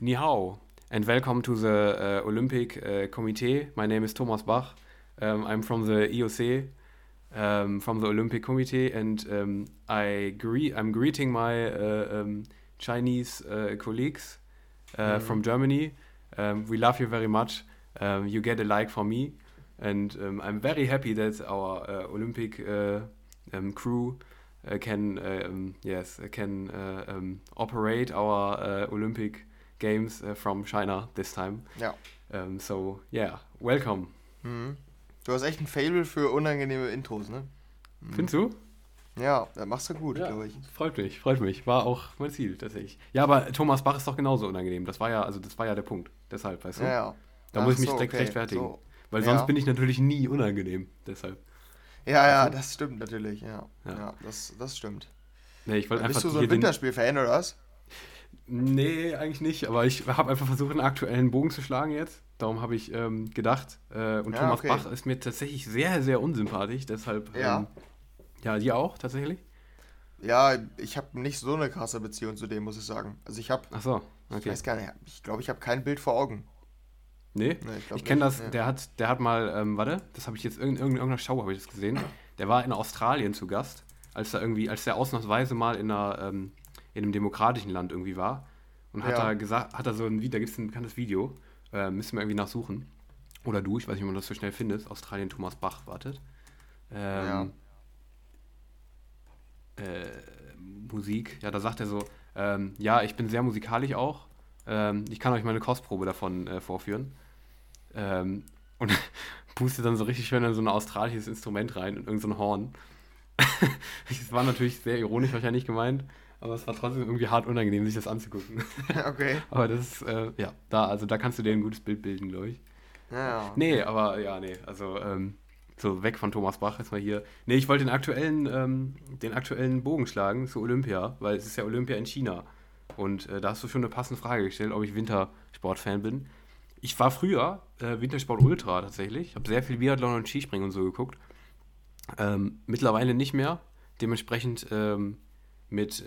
Ni hao, and welcome to the Olympic Committee. My name is Thomas Bach. I'm from the EOC, from the Olympic Committee, and I'm greeting my Chinese colleagues from Germany. We love you very much. You get a like from me, and I'm very happy that our Olympic crew can operate our Olympic Games from China this time. Ja. So yeah, welcome. Du hast echt ein Faible für unangenehme Intros, ne? Findest du? Ja, das machst du gut, glaube ich. Freut mich. War auch mein Ziel, tatsächlich. Ja, aber Thomas Bach ist doch genauso unangenehm. Das war ja der Punkt. Deshalb, weißt du? Ja. Da muss ich mich direkt rechtfertigen. So. Weil sonst bin ich natürlich nie unangenehm. Deshalb. Ja, das stimmt natürlich, ja. Das stimmt. Nee, ich wollte einfach bist du so ein Winterspiel-Fan oder was? Nee, eigentlich nicht. Aber ich habe einfach versucht, einen aktuellen Bogen zu schlagen jetzt. Darum habe ich gedacht. Und Thomas Bach ist mir tatsächlich sehr, sehr unsympathisch. Deshalb, ja, dir auch tatsächlich? Ja, ich habe nicht so eine krasse Beziehung zu dem, muss ich sagen. Also ich habe, Ach so, okay. Ich weiß gar nicht, ich glaube, ich habe kein Bild vor Augen. Nee, ich kenne das, nee. der hat mal, das habe ich jetzt in irgendeiner Show habe ich das gesehen. Der war in Australien zu Gast, als der ausnahmsweise mal in einem demokratischen Land irgendwie war. Und hat da gesagt, da gibt es ein bekanntes Video, müssen wir irgendwie nachsuchen. Oder du, ich weiß nicht, ob man das so schnell findet. Australien, Thomas Bach, wartet. Musik, ja, da sagt er so, ja, ich bin sehr musikalisch auch. Ich kann euch mal eine Kostprobe davon vorführen. Und pustet dann so richtig schön in so ein australisches Instrument rein und irgend so ein Horn. Das war natürlich sehr ironisch wahrscheinlich gemeint, aber es war trotzdem irgendwie hart unangenehm, sich das anzugucken. Okay. Aber das ist, da kannst du dir ein gutes Bild bilden, glaube ich. Ja. Nee, also so weg von Thomas Bach jetzt mal hier. Nee, ich wollte den aktuellen Bogen schlagen zu Olympia, weil es ist ja Olympia in China. Und da hast du schon eine passende Frage gestellt, ob ich Wintersport-Fan bin. Ich war früher Wintersport-Ultra tatsächlich. Ich habe sehr viel Biathlon und Skispringen und so geguckt. Mittlerweile nicht mehr. Dementsprechend mit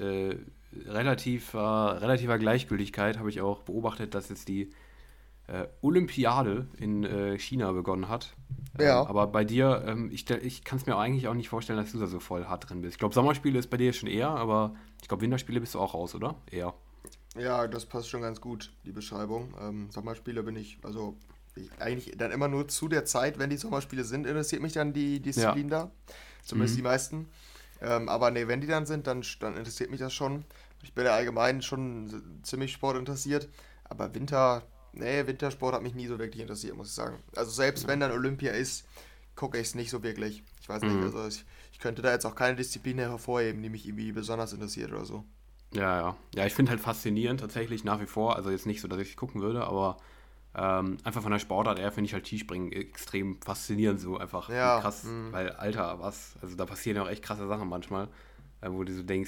relativer Gleichgültigkeit habe ich auch beobachtet, dass jetzt die Olympiade in China begonnen hat. Ja. Aber bei dir, ich kann es mir eigentlich auch nicht vorstellen, dass du da so voll hart drin bist. Ich glaube, Sommerspiele ist bei dir schon eher, aber ich glaube, Winterspiele bist du auch raus, oder? Eher. Ja, das passt schon ganz gut, die Beschreibung. Sommerspiele eigentlich dann immer nur zu der Zeit, wenn die Sommerspiele sind, interessiert mich dann die Disziplin da. Zumindest die meisten. Aber nee, wenn die dann sind, dann interessiert mich das schon. Ich bin ja allgemein schon ziemlich sportinteressiert. Aber Wintersport hat mich nie so wirklich interessiert, muss ich sagen. Also selbst wenn dann Olympia ist, gucke ich es nicht so wirklich. Ich weiß nicht, also ich könnte da jetzt auch keine Disziplin hervorheben, die mich irgendwie besonders interessiert oder so. Ja. Ja, ich finde halt faszinierend tatsächlich nach wie vor. Also jetzt nicht so, dass ich gucken würde, aber einfach von der Sportart her finde ich halt Skispringen extrem faszinierend, so einfach Ja, krass, weil Alter, also da passieren ja auch echt krasse Sachen manchmal, wo du so denkst,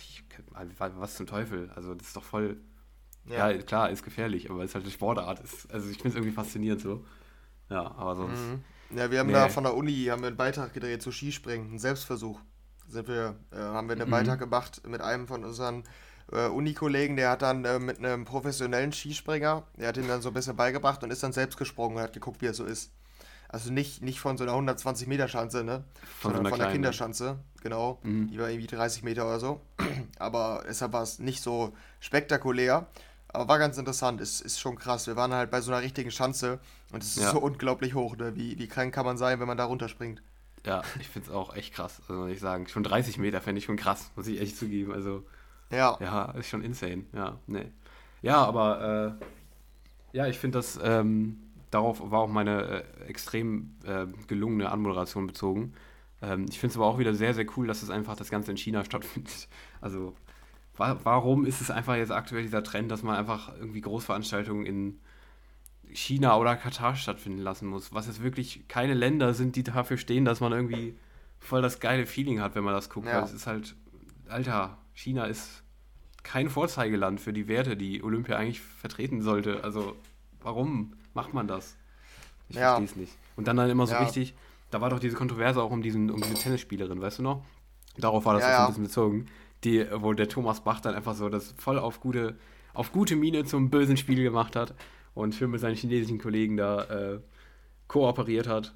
was zum Teufel, also das ist doch voll, ja klar, ist gefährlich, aber es ist halt eine Sportart, also ich finde es irgendwie faszinierend so, ja, aber sonst, Ja, wir haben nee, da von der Uni haben wir einen Beitrag gedreht zu Skispringen, einen Selbstversuch. Haben wir einen Beitrag gemacht mit einem von unseren Uni-Kollegen, der hat dann mit einem professionellen Skispringer, der hat ihm dann so ein bisschen beigebracht und ist dann selbst gesprungen und hat geguckt, wie er so ist. Also nicht von so einer 120-Meter-Schanze, ne? von so Sondern einer von der kleinen, Kinderschanze, genau. Die war irgendwie 30 Meter oder so. Aber deshalb war es nicht so spektakulär. Aber war ganz interessant, ist schon krass. Wir waren halt bei so einer richtigen Schanze und es ist ja, so unglaublich hoch, ne? Wie krank kann man sein, wenn man da runterspringt? ja, ich finde es auch echt krass, also muss ich sagen, schon 30 Meter fände ich schon krass, muss ich echt zugeben, also, Ja, ja, ist schon insane, ja, nee. Ja, aber ja, ich finde das, darauf war auch meine extrem gelungene Anmoderation bezogen. Ich finde es aber auch wieder sehr, sehr cool, dass es einfach das Ganze in China stattfindet. Also, warum ist es einfach jetzt aktuell dieser Trend, dass man einfach irgendwie Großveranstaltungen in China oder Katar stattfinden lassen muss? Was jetzt wirklich keine Länder sind, die dafür stehen, dass man irgendwie voll das geile Feeling hat, wenn man das guckt. Weil ja, es ist halt, Alter, China ist kein Vorzeigeland für die Werte, die Olympia eigentlich vertreten sollte. Also, warum macht man das? Ich verstehe ja, es nicht. Und dann immer so ja, richtig, da war doch diese Kontroverse auch um diese Tennisspielerin, weißt du noch? Darauf war das ja, auch so ein ja, bisschen bezogen. Wo der Thomas Bach dann einfach so das voll auf gute auf gute Miene zum bösen Spiel gemacht hat und schön mit seinen chinesischen Kollegen da kooperiert hat.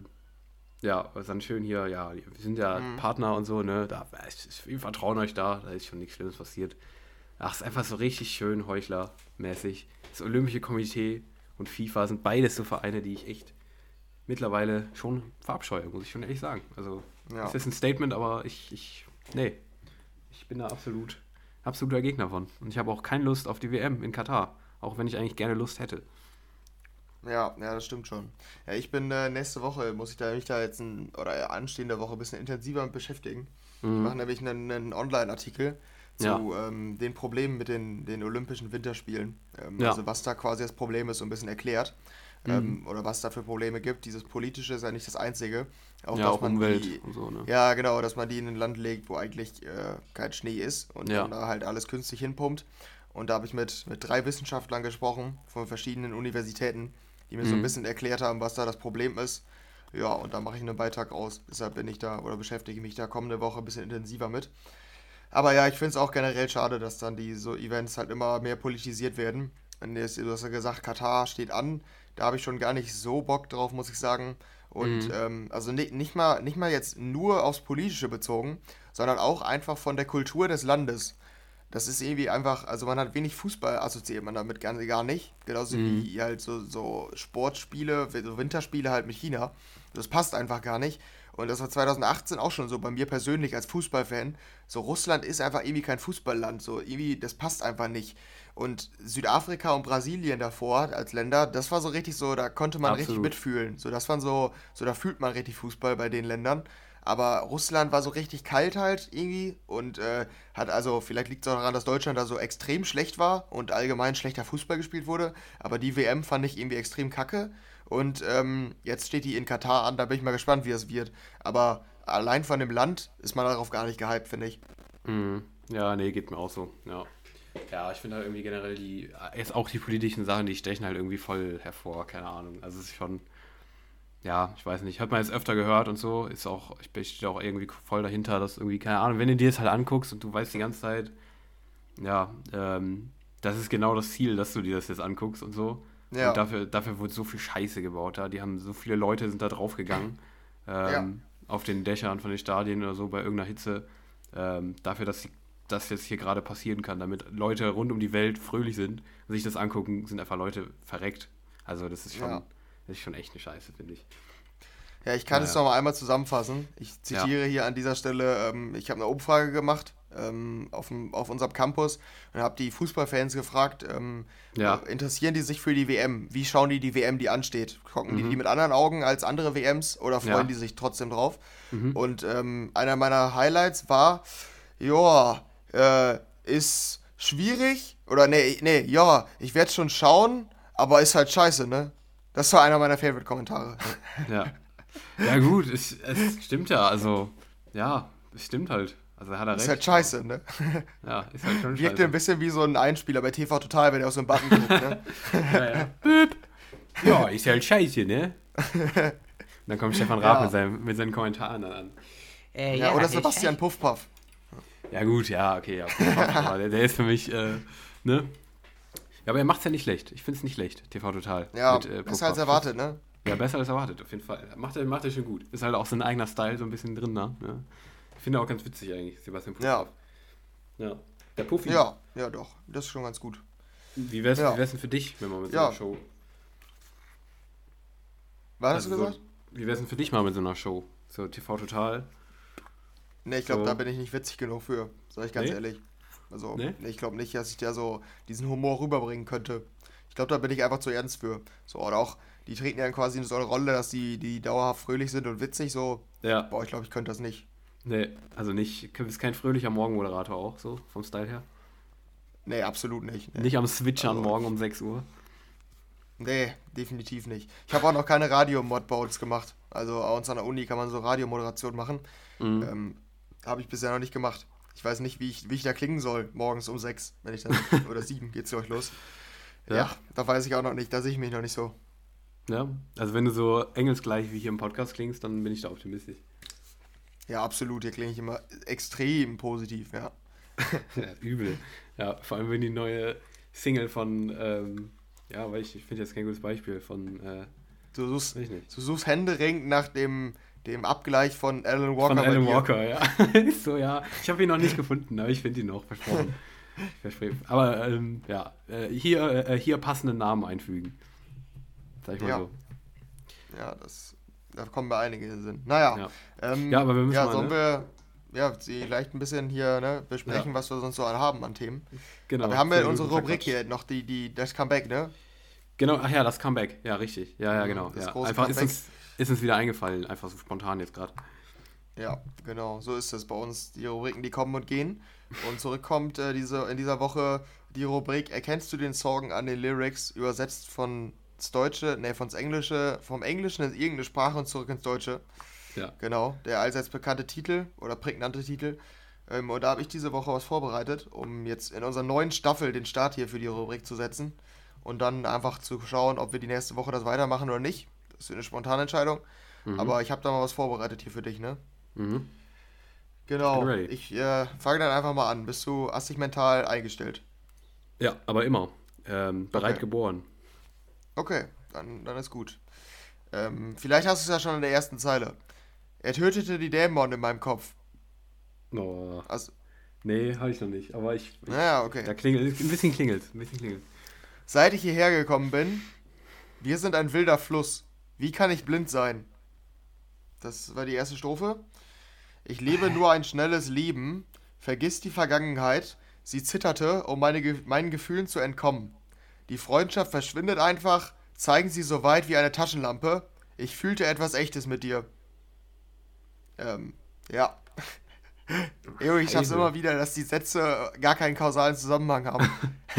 Ja, dann schön hier, ja, wir sind ja Partner und so, ne? Wir vertrauen euch da ist schon nichts Schlimmes passiert. Ach, ist einfach so richtig schön heuchlermäßig. Das Olympische Komitee und FIFA sind beides so Vereine, die ich echt mittlerweile schon verabscheue, muss ich schon ehrlich sagen. Also, ist jetzt ein Statement, aber ich bin da absoluter Gegner von. Und ich habe auch keine Lust auf die WM in Katar, auch wenn ich eigentlich gerne Lust hätte. Ja, das stimmt schon. Ja, ich bin nächste Woche, muss ich mich da jetzt oder anstehende Woche ein bisschen intensiver mit beschäftigen. Ich mache nämlich einen Online-Artikel zu den Problemen mit den Olympischen Winterspielen. Also was da quasi das Problem ist, so ein bisschen erklärt. Oder was da für Probleme gibt. Dieses Politische ist ja nicht das Einzige. Auch Umwelt und so, ne? Ja, genau, dass man die in ein Land legt, wo eigentlich kein Schnee ist und dann da halt alles künstlich hinpumpt. Und da habe ich mit 3 Wissenschaftlern gesprochen, von verschiedenen Universitäten, die mir so ein bisschen erklärt haben, was da das Problem ist. Ja, und da mache ich einen Beitrag aus. Deshalb bin ich da oder beschäftige mich da kommende Woche ein bisschen intensiver mit. Aber ja, ich finde es auch generell schade, dass dann die so Events halt immer mehr politisiert werden. Und du hast ja gesagt, Katar steht an. Da habe ich schon gar nicht so Bock drauf, muss ich sagen. Und also nicht mal jetzt nur aufs Politische bezogen, sondern auch einfach von der Kultur des Landes. Das ist irgendwie einfach, also man hat wenig Fußball, assoziiert man damit gar nicht. Genauso wie halt so Sportspiele, so Winterspiele halt mit China. Das passt einfach gar nicht. Und das war 2018 auch schon so bei mir persönlich als Fußballfan. So Russland ist einfach irgendwie kein Fußballland. So irgendwie, das passt einfach nicht. Und Südafrika und Brasilien davor als Länder, das war so richtig so, da konnte man richtig mitfühlen. So, das waren so, da fühlt man richtig Fußball bei den Ländern. Aber Russland war so richtig kalt halt irgendwie und hat also, vielleicht liegt es auch daran, dass Deutschland da so extrem schlecht war und allgemein schlechter Fußball gespielt wurde. Aber die WM fand ich irgendwie extrem kacke. Und jetzt steht die in Katar an, da bin ich mal gespannt, wie es wird. Aber allein von dem Land ist man darauf gar nicht gehypt, finde ich. Ja, nee, geht mir auch so, ja. Ja, ich finde halt irgendwie generell jetzt auch die politischen Sachen, die stechen halt irgendwie voll hervor, keine Ahnung. Also es ist schon, ja, ich weiß nicht, hat man jetzt öfter gehört und so, ich stehe auch irgendwie voll dahinter, dass irgendwie, keine Ahnung, wenn du dir das halt anguckst und du weißt die ganze Zeit, ja, das ist genau das Ziel, dass du dir das jetzt anguckst und so. Ja. Und dafür wurde so viel Scheiße gebaut da. Die haben so viele Leute sind da draufgegangen. Auf den Dächern von den Stadien oder so bei irgendeiner Hitze. Dafür, dass das jetzt hier gerade passieren kann, damit Leute rund um die Welt fröhlich sind und sich das angucken, sind einfach Leute verreckt. Also das ist schon echt eine Scheiße, finde ich. Ja, ich kann es noch mal einmal zusammenfassen. Ich zitiere hier an dieser Stelle, ich habe eine Umfrage gemacht auf unserem Campus und habe die Fußballfans gefragt, interessieren die sich für die WM? Wie schauen die WM, die ansteht? Gucken die mit anderen Augen als andere WMs oder freuen die sich trotzdem drauf? Und einer meiner Highlights war, ist schwierig oder ich werde schon schauen, aber ist halt scheiße, ne? Das war einer meiner Favorite-Kommentare. Ja gut, es stimmt ja, also, ja, es stimmt halt. Also hat er recht. Ist halt scheiße, ne? Ja, ist halt schon scheiße. Wirkte ein bisschen wie so ein Einspieler bei TV Total, wenn er aus so einem Button guckt, ne? Büb. Ja, ist halt scheiße, ne? Und dann kommt Stefan Raab mit seinen Kommentaren dann an. Oder Sebastian Puffpaff. Ja gut, ja, okay, ja. Puffpaff, aber der ist für mich, ne? Ja, aber er macht's ja nicht schlecht. Ich find's nicht schlecht, TV Total. Ja, besser als erwartet, ne? Ja, besser als erwartet, auf jeden Fall. Macht er schon gut. Ist halt auch so ein eigener Style so ein bisschen drin, ne? Ich finde auch ganz witzig eigentlich, Sebastian Puffpaff. Ja. Der Puffi. Ja, doch. Das ist schon ganz gut. Wie wär's denn für dich, wenn man mit so einer Show... Was hast du gesagt? Wie wär's denn für dich mal mit so einer Show? So TV Total? Ne, ich glaube, da bin ich nicht witzig genug für, sag ich ganz ehrlich. Also, ich glaube nicht, dass ich da so diesen Humor rüberbringen könnte. Ich glaube, da bin ich einfach zu ernst für. So, oder auch, die treten ja quasi in so eine Rolle, dass die dauerhaft fröhlich sind und witzig, so. Ja. Boah, ich glaube, ich könnte das nicht. Nee, also nicht, du bist kein fröhlicher Morgenmoderator auch, so, vom Style her? Nee, absolut nicht. Nee. Nicht am Switchern morgen um 6 Uhr? Nee, definitiv nicht. Ich habe auch noch keine Radio-Mod bei uns gemacht. Also bei uns an der Uni kann man so Radiomoderation machen. Habe ich bisher noch nicht gemacht. Ich weiß nicht, wie ich da klingen soll, morgens um 6, wenn ich dann, oder 7 geht's für euch los. Ja, da weiß ich auch noch nicht, da sehe ich mich noch nicht so. Ja, also wenn du so engelsgleich wie hier im Podcast klingst, dann bin ich da optimistisch. Ja, absolut, hier klinge ich immer extrem positiv, ja. Ja, übel. Ja, vor allem wenn die neue Single von, ja, weil ich finde jetzt kein gutes Beispiel von, Du suchst händeringend nach dem Abgleich von Alan Walker. Von Alan Walker, ja. Ist so, ja. Ich habe ihn noch nicht gefunden, aber ich finde ihn noch, versprochen. Aber, ja, hier passenden Namen einfügen. Sag ich mal so. Ja, da kommen mir einige in den Sinn. Naja. Ja, aber wir müssen mal, sollen wir vielleicht ein bisschen hier besprechen, was wir sonst so haben an Themen. Genau. Aber wir haben ja unsere Rubrik hier noch, das Comeback, ne? Genau, ach ja, das Comeback. Ja, richtig. Ja, genau. Das ja. große Einfach Comeback. ist uns wieder eingefallen, einfach so spontan jetzt gerade. Ja, genau, so ist es bei uns. Die Rubriken, die kommen und gehen. Und zurückkommt in dieser Woche die Rubrik Erkennst du den Song an den Lyrics, übersetzt vom Englischen in irgendeine Sprache und zurück ins Deutsche. Ja. Genau, der allseits bekannte Titel oder prägnante Titel. Und da habe ich diese Woche was vorbereitet, um jetzt in unserer neuen Staffel den Start hier für die Rubrik zu setzen und dann einfach zu schauen, ob wir die nächste Woche das weitermachen oder nicht. Das ist eine spontane Entscheidung. Aber ich habe da mal was vorbereitet hier für dich, ne? Mhm. Genau, Ready. ich fange dann einfach mal an. Hast dich mental eingestellt? Ja, aber immer. Bereit Okay. geboren. Okay, dann ist gut. Vielleicht hast du es ja schon in der ersten Zeile. Er tötete die Dämonen in meinem Kopf. Oh. Also, Nee, habe ich noch nicht. Aber naja, okay. da klingelt, ein bisschen klingelt. Seit ich hierher gekommen bin, wir sind ein wilder Fluss. Wie kann ich blind sein? Das war die erste Strophe. Ich lebe nur ein schnelles Leben, vergiss die Vergangenheit. Sie zitterte, um meinen Gefühlen zu entkommen. Die Freundschaft verschwindet einfach, zeigen sie so weit wie eine Taschenlampe. Ich fühlte etwas Echtes mit dir. Ja. Ich schaff's immer wieder, dass die Sätze gar keinen kausalen Zusammenhang haben.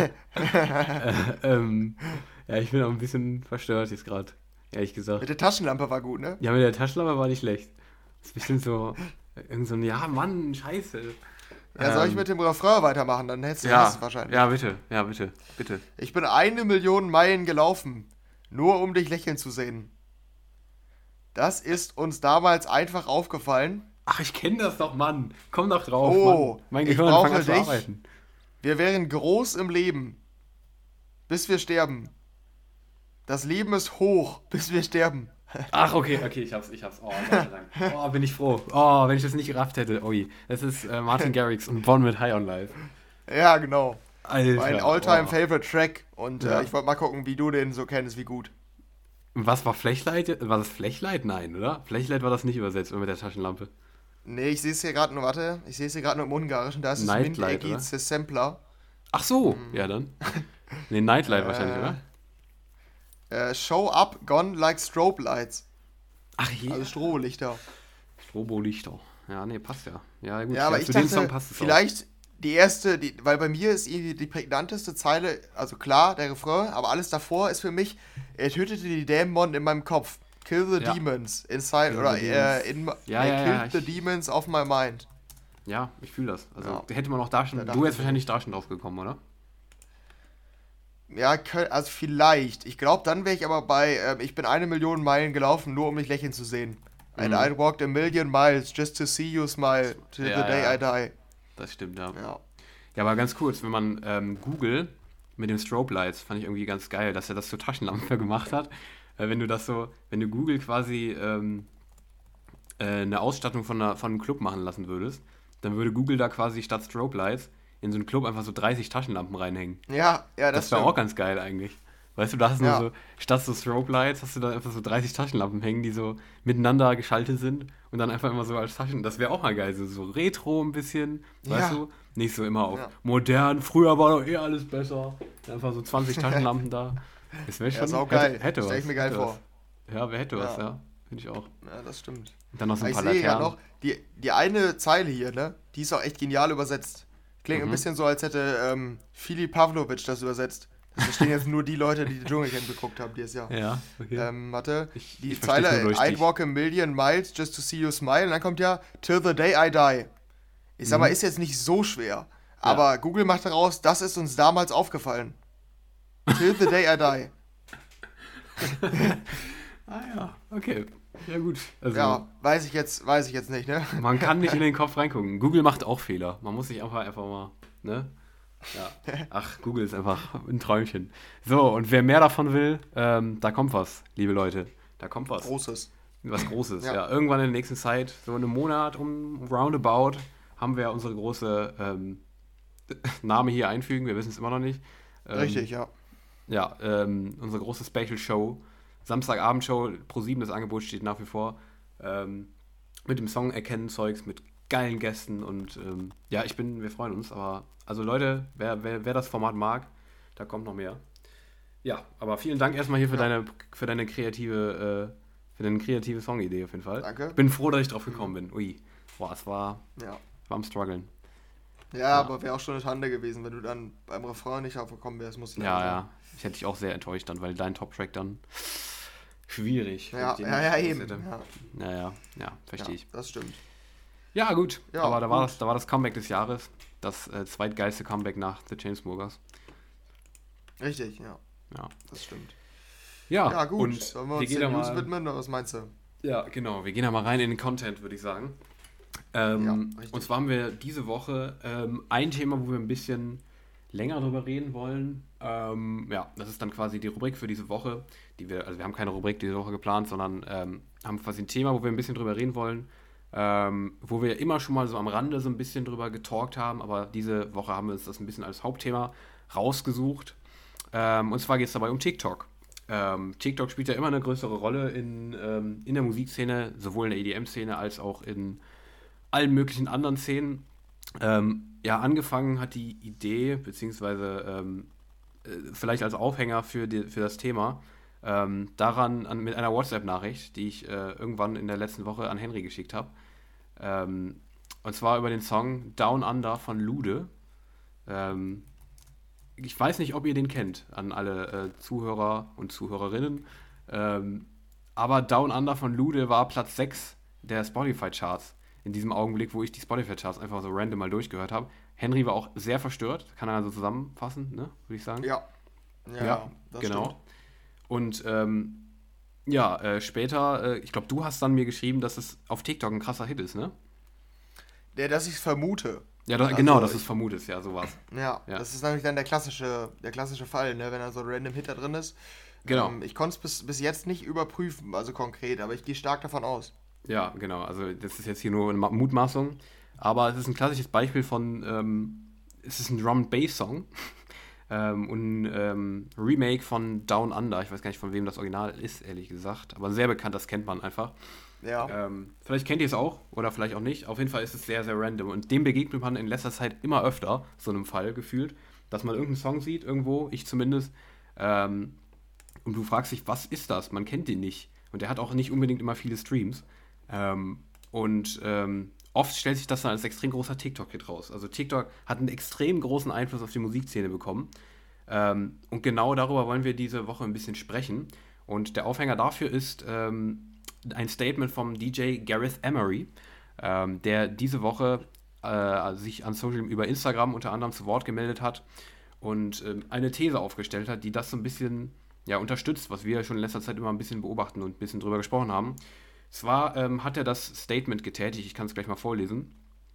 Ja, ich bin auch ein bisschen verstört jetzt gerade, ehrlich gesagt. Mit der Taschenlampe war gut, ne? Ja, mit der Taschenlampe war nicht schlecht. Das ist bestimmt so, ja, Mann, scheiße. Ja, soll ich mit dem Refrain weitermachen? Dann hättest du es wahrscheinlich. Ja, bitte. Ich bin 1.000.000 Meilen gelaufen, nur um dich lächeln zu sehen. Das ist uns damals einfach aufgefallen. Ach, ich kenne das doch, Mann. Komm doch drauf, Oh, Mann. Mein ich Gehirn brauche fängt an zu dich. arbeiten. Wir wären groß im Leben, bis wir sterben. Das Leben ist hoch, bis wir sterben. Ach, okay, ich hab's. Oh, Gott sei Dank. Oh, bin ich froh. Oh, wenn ich das nicht gerafft hätte. Ui, das ist Martin Garrix und Bonn mit High on Life. Ja, genau. Alter. Mein All-Time-Favorite-Track. Und Ja. ich wollte mal gucken, wie du den so kennst, wie gut. Was war Flashlight? War das Flashlight? Nein, oder? Flashlight war das nicht übersetzt mit der Taschenlampe. Nee, ich sehe es hier gerade nur, im Ungarischen. Da ist es Nightlight, Mint oder? Sampler. Ach so, ja dann. Nee, Nightlight wahrscheinlich, oder? Show up, gone like strobe lights. Ach hier. Also Strobolichter. Strobolichter. Ja, nee, passt ja. Ja, gut. Ja, aber ja, ich für den dachte, Song passt es vielleicht die erste, weil bei mir ist irgendwie die prägnanteste Zeile, also klar, der Refrain, aber alles davor ist für mich, er tötete die Dämonen in meinem Kopf. Kill the Ja. demons inside, Kill oder the demons. killed the demons of my mind. auch. Ja, ich fühle das. Also Ja. hätte man auch da schon. Da Du dachte wärst ich wahrscheinlich da schon drauf gekommen, oder? Ja, also vielleicht. Ich glaube, dann wäre ich aber bei, ich bin 1.000.000 Meilen gelaufen, nur um dich lächeln zu sehen. And I walked 1.000.000 miles just to see you smile till Ja, the day ja. I die. Das stimmt, ja. Ja. Ja, aber ganz kurz, wenn man Google mit den Strobe Lights, fand ich irgendwie ganz geil, dass er das zur Taschenlampe gemacht hat. Wenn du Google quasi eine Ausstattung von einem Club machen lassen würdest, dann würde Google da quasi statt Strobe Lights in so einen Club einfach so 30 Taschenlampen reinhängen. Ja, das Das wäre stimmt. auch ganz geil eigentlich. Weißt du, da hast du Ja. nur so, statt so Strobe Lights hast du da einfach so 30 Taschenlampen hängen, die so miteinander geschaltet sind und dann einfach immer so als Taschen. Das wäre auch mal geil, so Retro ein bisschen, weißt Ja. du? Nicht so immer auf Ja. modern, früher war doch alles besser. Einfach so 20 Taschenlampen da. Das wäre Ja, schon saugeil. hätte was. Stell ich mir geil hätte vor. was. Ja, wer hätte was, Ja. ja. Finde ich auch. Ja, das stimmt. Und dann noch so ein Ich paar sehe ja Laternen. noch, die eine Zeile hier, ne, die ist auch echt genial übersetzt. Klingt ein bisschen so, als hätte Filip Pavlovic das übersetzt. Das verstehen jetzt nur die Leute, die Dschungelcamp geguckt haben dieses Jahr. Ja, okay. Warte, Ich die versteh's Zeile, nur durch I'd dich. walk 1.000.000 miles just to see you smile. Und dann kommt ja, till the day I die. Ich sag mal, ist jetzt nicht so schwer. Aber Google macht daraus, das ist uns damals aufgefallen. Till the day I die. Ah ja, okay. Ja gut. Also, Ja, weiß ich jetzt nicht, ne? man kann nicht in den Kopf reingucken. Google macht auch Fehler. Man muss sich einfach mal, ne? Ja. Ach, Google ist einfach ein Träumchen. So, und wer mehr davon will, da kommt was, liebe Leute. Da kommt was. Großes. Was Großes, ja. Irgendwann in der nächsten Zeit, so in einem Monat roundabout, haben wir unsere große Name hier einfügen. Wir wissen es immer noch nicht. Richtig, ja. Ja, unsere große Special Show. Samstagabendshow, Pro7, das Angebot steht nach wie vor. Mit dem Song Erkennen Zeugs, mit geilen Gästen und ja, wir freuen uns. Aber also Leute, wer das Format mag, da kommt noch mehr. Ja, aber vielen Dank erstmal hier für deine kreative Songidee auf jeden Fall. Danke. Bin froh, dass ich drauf gekommen bin. Ui, boah, es war am Struggeln. Ja, aber wäre auch schon eine Schande gewesen, wenn du dann beim Refrain nicht aufgekommen wärst, musst du Ja. Ich hätte dich auch sehr enttäuscht dann, weil dein Top-Track dann schwierig. Ja, eben. Ja, verstehe ich. Das stimmt. Ja, gut. Ja, aber da war das Comeback des Jahres. Das zweitgeilste Comeback nach The Chainsmokers. Richtig, ja. Ja. Das stimmt. Ja, gut. Und sollen wir uns den News widmen, oder was meinst du? Ja, genau. Wir gehen da mal rein in den Content, würde ich sagen. Und zwar haben wir diese Woche ein Thema, wo wir ein bisschen länger drüber reden wollen. Das ist dann quasi die Rubrik für diese Woche. Wir haben keine Rubrik diese Woche geplant, sondern haben quasi ein Thema, wo wir ein bisschen drüber reden wollen. Wo wir immer schon mal so am Rande so ein bisschen drüber getalkt haben, aber diese Woche haben wir uns das ein bisschen als Hauptthema rausgesucht. Und zwar geht es dabei um TikTok. TikTok spielt ja immer eine größere Rolle in der Musikszene, sowohl in der EDM-Szene als auch in allen möglichen anderen Szenen. Angefangen hat die Idee, beziehungsweise vielleicht als Aufhänger für das Thema, mit einer WhatsApp-Nachricht, die ich irgendwann in der letzten Woche an Henry geschickt habe. Und zwar über den Song Down Under von Lude. Ich weiß nicht, ob ihr den kennt, an alle Zuhörer und Zuhörerinnen. Aber Down Under von Lude war Platz 6 der Spotify-Charts. In diesem Augenblick, wo ich die Spotify-Charts einfach so random mal durchgehört habe. Henry war auch sehr verstört, kann er also zusammenfassen, ne, würde ich sagen. Ja, das genau. Stimmt. Und später, ich glaube, du hast dann mir geschrieben, dass es auf TikTok ein krasser Hit ist, ne? Dass ich es vermute. Ja, genau, dass du es vermutest, ja, sowas. Ja, das ist nämlich dann der klassische Fall, ne, wenn da so ein random Hit da drin ist. Genau. Ich konnte es bis jetzt nicht überprüfen, also konkret, aber ich gehe stark davon aus. Ja, genau, also das ist jetzt hier nur eine Mutmaßung, aber es ist ein klassisches Beispiel von, es ist ein Drum-Bass-Song und ein Remake von Down Under, ich weiß gar nicht, von wem das Original ist, ehrlich gesagt, aber sehr bekannt, das kennt man einfach. Ja. Vielleicht kennt ihr es auch oder vielleicht auch nicht, auf jeden Fall ist es sehr, sehr random und dem begegnet man in letzter Zeit immer öfter, so einem Fall gefühlt, dass man irgendeinen Song sieht, irgendwo, ich zumindest, und du fragst dich, was ist das? Man kennt den nicht und der hat auch nicht unbedingt immer viele Streams. Oft stellt sich das dann als extrem großer TikTok-Hit raus. Also TikTok hat einen extrem großen Einfluss auf die Musikszene bekommen. Und genau darüber wollen wir diese Woche ein bisschen sprechen. Und der Aufhänger dafür ist ein Statement vom DJ Gareth Emery, der diese Woche sich an über Instagram unter anderem zu Wort gemeldet hat und eine These aufgestellt hat, die das so ein bisschen unterstützt, was wir schon in letzter Zeit immer ein bisschen beobachten und ein bisschen drüber gesprochen haben. Zwar hat er das Statement getätigt, ich kann es gleich mal vorlesen,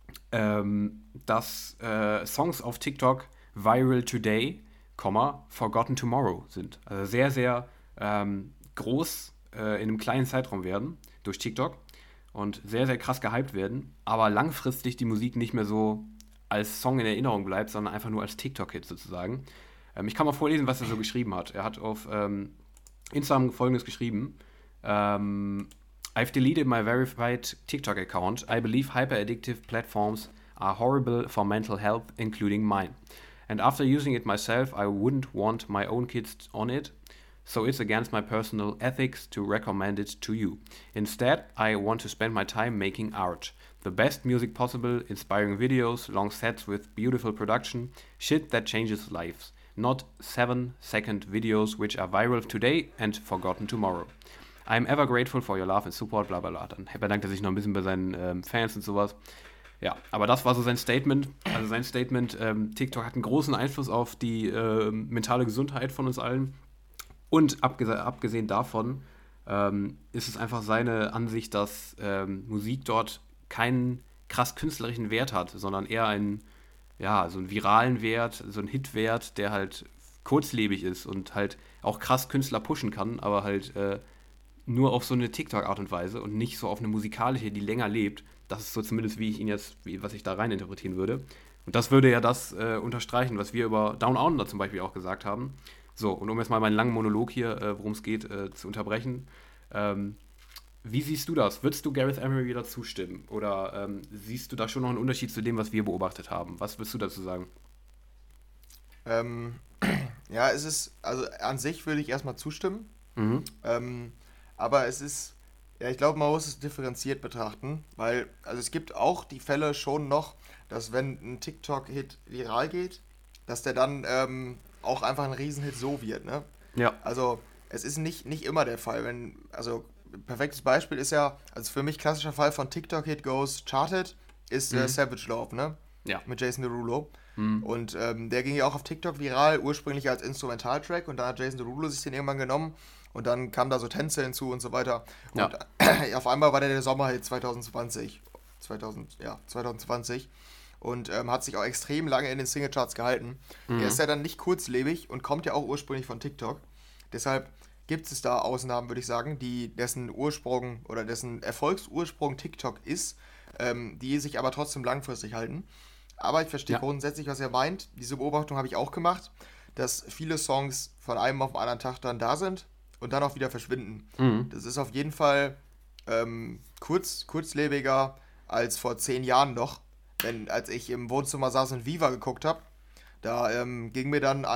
dass Songs auf TikTok viral today, forgotten tomorrow sind. Also sehr, sehr groß in einem kleinen Zeitraum werden durch TikTok und sehr, sehr krass gehypt werden, aber langfristig die Musik nicht mehr so als Song in Erinnerung bleibt, sondern einfach nur als TikTok-Hit sozusagen. Ich kann mal vorlesen, was er so geschrieben hat. Er hat auf Instagram Folgendes geschrieben. I've deleted my verified TikTok account. I believe hyper-addictive platforms are horrible for mental health, including mine. And after using it myself, I wouldn't want my own kids on it, so it's against my personal ethics to recommend it to you. Instead, I want to spend my time making art. The best music possible, inspiring videos, long sets with beautiful production, shit that changes lives. Not 7-second videos which are viral today and forgotten tomorrow. I'm ever grateful for your love and support, bla bla bla. Dann bedankt er sich noch ein bisschen bei seinen Fans und sowas. Ja, aber das war so sein Statement. Also sein Statement, TikTok hat einen großen Einfluss auf die mentale Gesundheit von uns allen. Und abgesehen davon ist es einfach seine Ansicht, dass Musik dort keinen krass künstlerischen Wert hat, sondern eher einen ja, so einen viralen Wert, so einen Hitwert, der halt kurzlebig ist und halt auch krass Künstler pushen kann, aber halt nur auf so eine TikTok-Art und Weise und nicht so auf eine musikalische, die länger lebt. Das ist so zumindest, wie ich ihn jetzt, was ich da rein interpretieren würde. Und das würde ja das unterstreichen, was wir über Down Under zum Beispiel auch gesagt haben. So, und um jetzt mal meinen langen Monolog hier, worum es geht, zu unterbrechen. Ähm, Wie siehst du das? Würdest du Gareth Emery wieder zustimmen? Oder siehst du da schon noch einen Unterschied zu dem, was wir beobachtet haben? Was würdest du dazu sagen? Ähm, ja, es ist, also an sich würde ich erstmal zustimmen. Mhm. Ähm, aber es ist, ja, ich glaube, man muss es differenziert betrachten, weil, also es gibt auch die Fälle schon noch, dass wenn ein TikTok-Hit viral geht, dass der dann auch einfach ein Riesenhit so wird, ne? Ja. Also, es ist nicht immer der Fall, wenn, also, ein perfektes Beispiel ist ja, also für mich klassischer Fall von TikTok-Hit goes charted, ist Mhm. Savage Love, ne? Ja. Mit Jason Derulo. Mhm. Und der ging ja auch auf TikTok viral, ursprünglich als Instrumentaltrack und da hat Jason Derulo sich den irgendwann genommen und dann kamen da so Tänze hinzu und so weiter. Und Ja. auf einmal war der Sommerhit 2020. 2020 und hat sich auch extrem lange in den Singlecharts gehalten. Er ist Mhm. ja dann nicht kurzlebig und kommt ja auch ursprünglich von TikTok. Deshalb gibt es da Ausnahmen, würde ich sagen, dessen Ursprung oder dessen Erfolgsursprung TikTok ist, die sich aber trotzdem langfristig halten. Aber ich verstehe Ja. grundsätzlich, was er meint. Diese Beobachtung habe ich auch gemacht, dass viele Songs von einem auf den anderen Tag dann da sind und dann auch wieder verschwinden. Mhm. Das ist auf jeden Fall kurzlebiger als vor 10 Jahren noch, als ich im Wohnzimmer saß und Viva geguckt habe. Da ging mir dann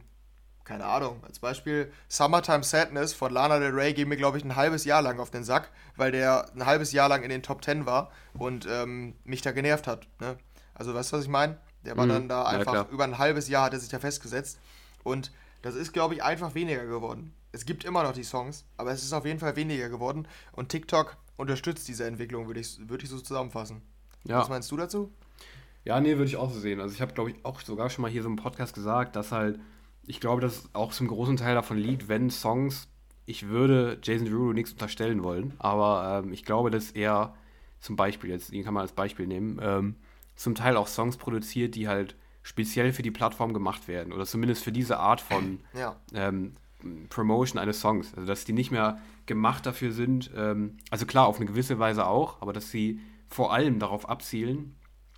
keine Ahnung, als Beispiel Summertime Sadness von Lana Del Rey ging mir, glaube ich, ein halbes Jahr lang auf den Sack, weil der ein halbes Jahr lang in den Top 10 war und mich da genervt hat. Ne? Also weißt du, was ich meine? Der war dann Mhm. da Ja, einfach, klar. über ein halbes Jahr hat er sich da festgesetzt und das ist, glaube ich, einfach weniger geworden. Es gibt immer noch die Songs, aber es ist auf jeden Fall weniger geworden und TikTok unterstützt diese Entwicklung, würde ich so zusammenfassen. Was Ja. meinst du dazu? Ja, nee, würde ich auch so sehen. Also ich habe, glaube ich, auch sogar schon mal hier so im Podcast gesagt, dass halt, ich glaube, dass es auch zum großen Teil davon liegt, wenn Songs, ich würde Jason Derulo nichts unterstellen wollen, aber ich glaube, dass er zum Beispiel, jetzt, ihn kann man als Beispiel nehmen, zum Teil auch Songs produziert, die halt speziell für die Plattform gemacht werden oder zumindest für diese Art von Ja, ähm, Promotion eines Songs. Also dass die nicht mehr gemacht dafür sind, also klar, auf eine gewisse Weise auch, aber dass sie vor allem darauf abzielen,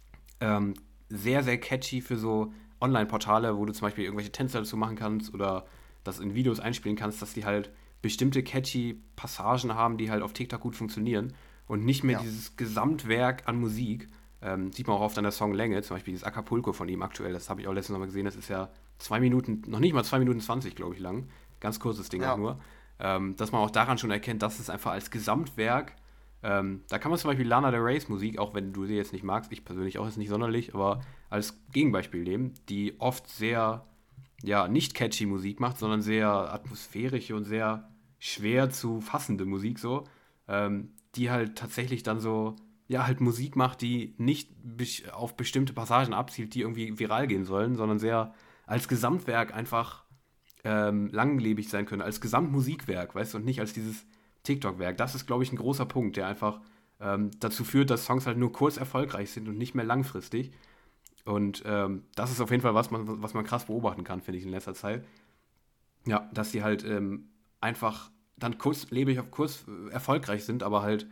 ähm, sehr, sehr catchy für so Online-Portale, wo du zum Beispiel irgendwelche Tänze dazu machen kannst oder das in Videos einspielen kannst, dass die halt bestimmte catchy Passagen haben, die halt auf TikTok gut funktionieren und nicht mehr ja, dieses Gesamtwerk an Musik. Sieht man auch oft an der Songlänge, zum Beispiel dieses Acapulco von ihm aktuell, das habe ich auch letztens noch mal gesehen, das ist ja 2 Minuten, noch nicht mal 2 Minuten 20, glaube ich, lang. Ganz kurzes Ding auch ja, nur. Dass man auch daran schon erkennt, dass es einfach als Gesamtwerk da kann man zum Beispiel Lana Del Reys Musik, auch wenn du sie jetzt nicht magst, ich persönlich auch jetzt nicht sonderlich, aber als Gegenbeispiel nehmen, die oft sehr, ja, nicht catchy Musik macht, sondern sehr atmosphärische und sehr schwer zu fassende Musik so, die halt tatsächlich dann so, ja, halt Musik macht, die nicht auf bestimmte Passagen abzielt, die irgendwie viral gehen sollen, sondern sehr als Gesamtwerk einfach langlebig sein können, als Gesamtmusikwerk, weißt du, und nicht als dieses TikTok-Werk. Das ist, glaube ich, ein großer Punkt, der einfach dazu führt, dass Songs halt nur kurz erfolgreich sind und nicht mehr langfristig. Und das ist auf jeden Fall was man krass beobachten kann, finde ich, in letzter Zeit. Ja, dass die halt einfach dann kurzlebig auf kurz erfolgreich sind, aber halt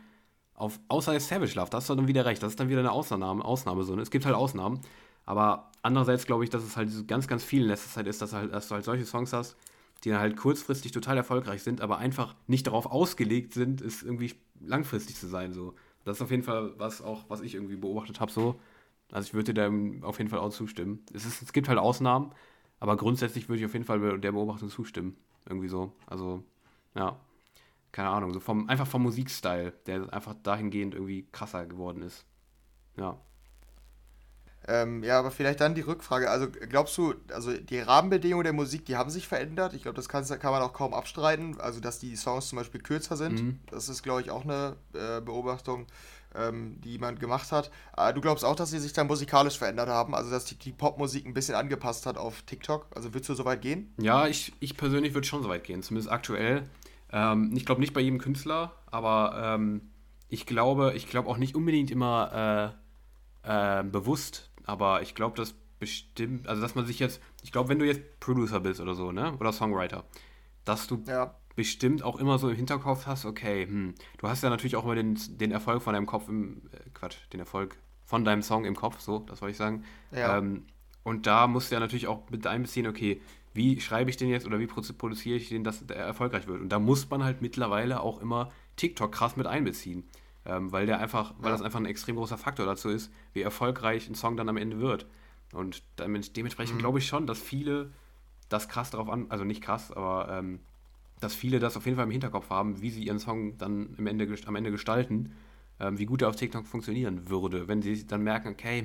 außer jetzt Savage Love, das ist dann wieder recht, das ist dann wieder eine Ausnahme so. Ne? Es gibt halt Ausnahmen, aber andererseits glaube ich, dass es halt so ganz, ganz viel in letzter Zeit ist, dass du halt solche Songs hast, die dann halt kurzfristig total erfolgreich sind, aber einfach nicht darauf ausgelegt sind, es irgendwie langfristig zu sein. So. Das ist auf jeden Fall was ich irgendwie beobachtet habe. So. Also ich würde dir da auf jeden Fall auch zustimmen. Es gibt halt Ausnahmen, aber grundsätzlich würde ich auf jeden Fall der Beobachtung zustimmen. Irgendwie so. Also, ja, keine Ahnung. Einfach vom Musikstyle, der einfach dahingehend irgendwie krasser geworden ist. Ja. Ja, aber vielleicht dann die Rückfrage. Also glaubst du, also die Rahmenbedingungen der Musik, die haben sich verändert? Ich glaube, kann man auch kaum abstreiten. Also dass die Songs zum Beispiel kürzer sind. Mhm. Das ist, glaube ich, auch eine Beobachtung, die jemand gemacht hat. Du glaubst auch, dass sie sich dann musikalisch verändert haben? Also dass die Popmusik ein bisschen angepasst hat auf TikTok? Also würdest du so weit gehen? Ja, ich persönlich würde schon so weit gehen, zumindest aktuell. Ich glaube nicht bei jedem Künstler, aber ich glaube auch nicht unbedingt immer bewusst, aber ich glaube, dass bestimmt, also dass man sich jetzt, ich glaube, wenn du jetzt Producer bist oder so, ne, oder Songwriter, dass du bestimmt auch immer so im Hinterkopf hast, okay, du hast ja natürlich auch immer den Erfolg von deinem Kopf den Erfolg von deinem Song im Kopf, so, das wollte ich sagen. Ja. Und da musst du ja natürlich auch mit einbeziehen, okay, wie schreibe ich den jetzt oder wie produziere ich den, dass der erfolgreich wird. Und da muss man halt mittlerweile auch immer TikTok krass mit einbeziehen. Weil das einfach ein extrem großer Faktor dazu ist, wie erfolgreich ein Song dann am Ende wird. Und dementsprechend glaube ich schon, dass viele das krass darauf also nicht krass, aber dass viele das auf jeden Fall im Hinterkopf haben, wie sie ihren Song dann am Ende gestalten, wie gut er auf TikTok funktionieren würde. Wenn sie dann merken, okay,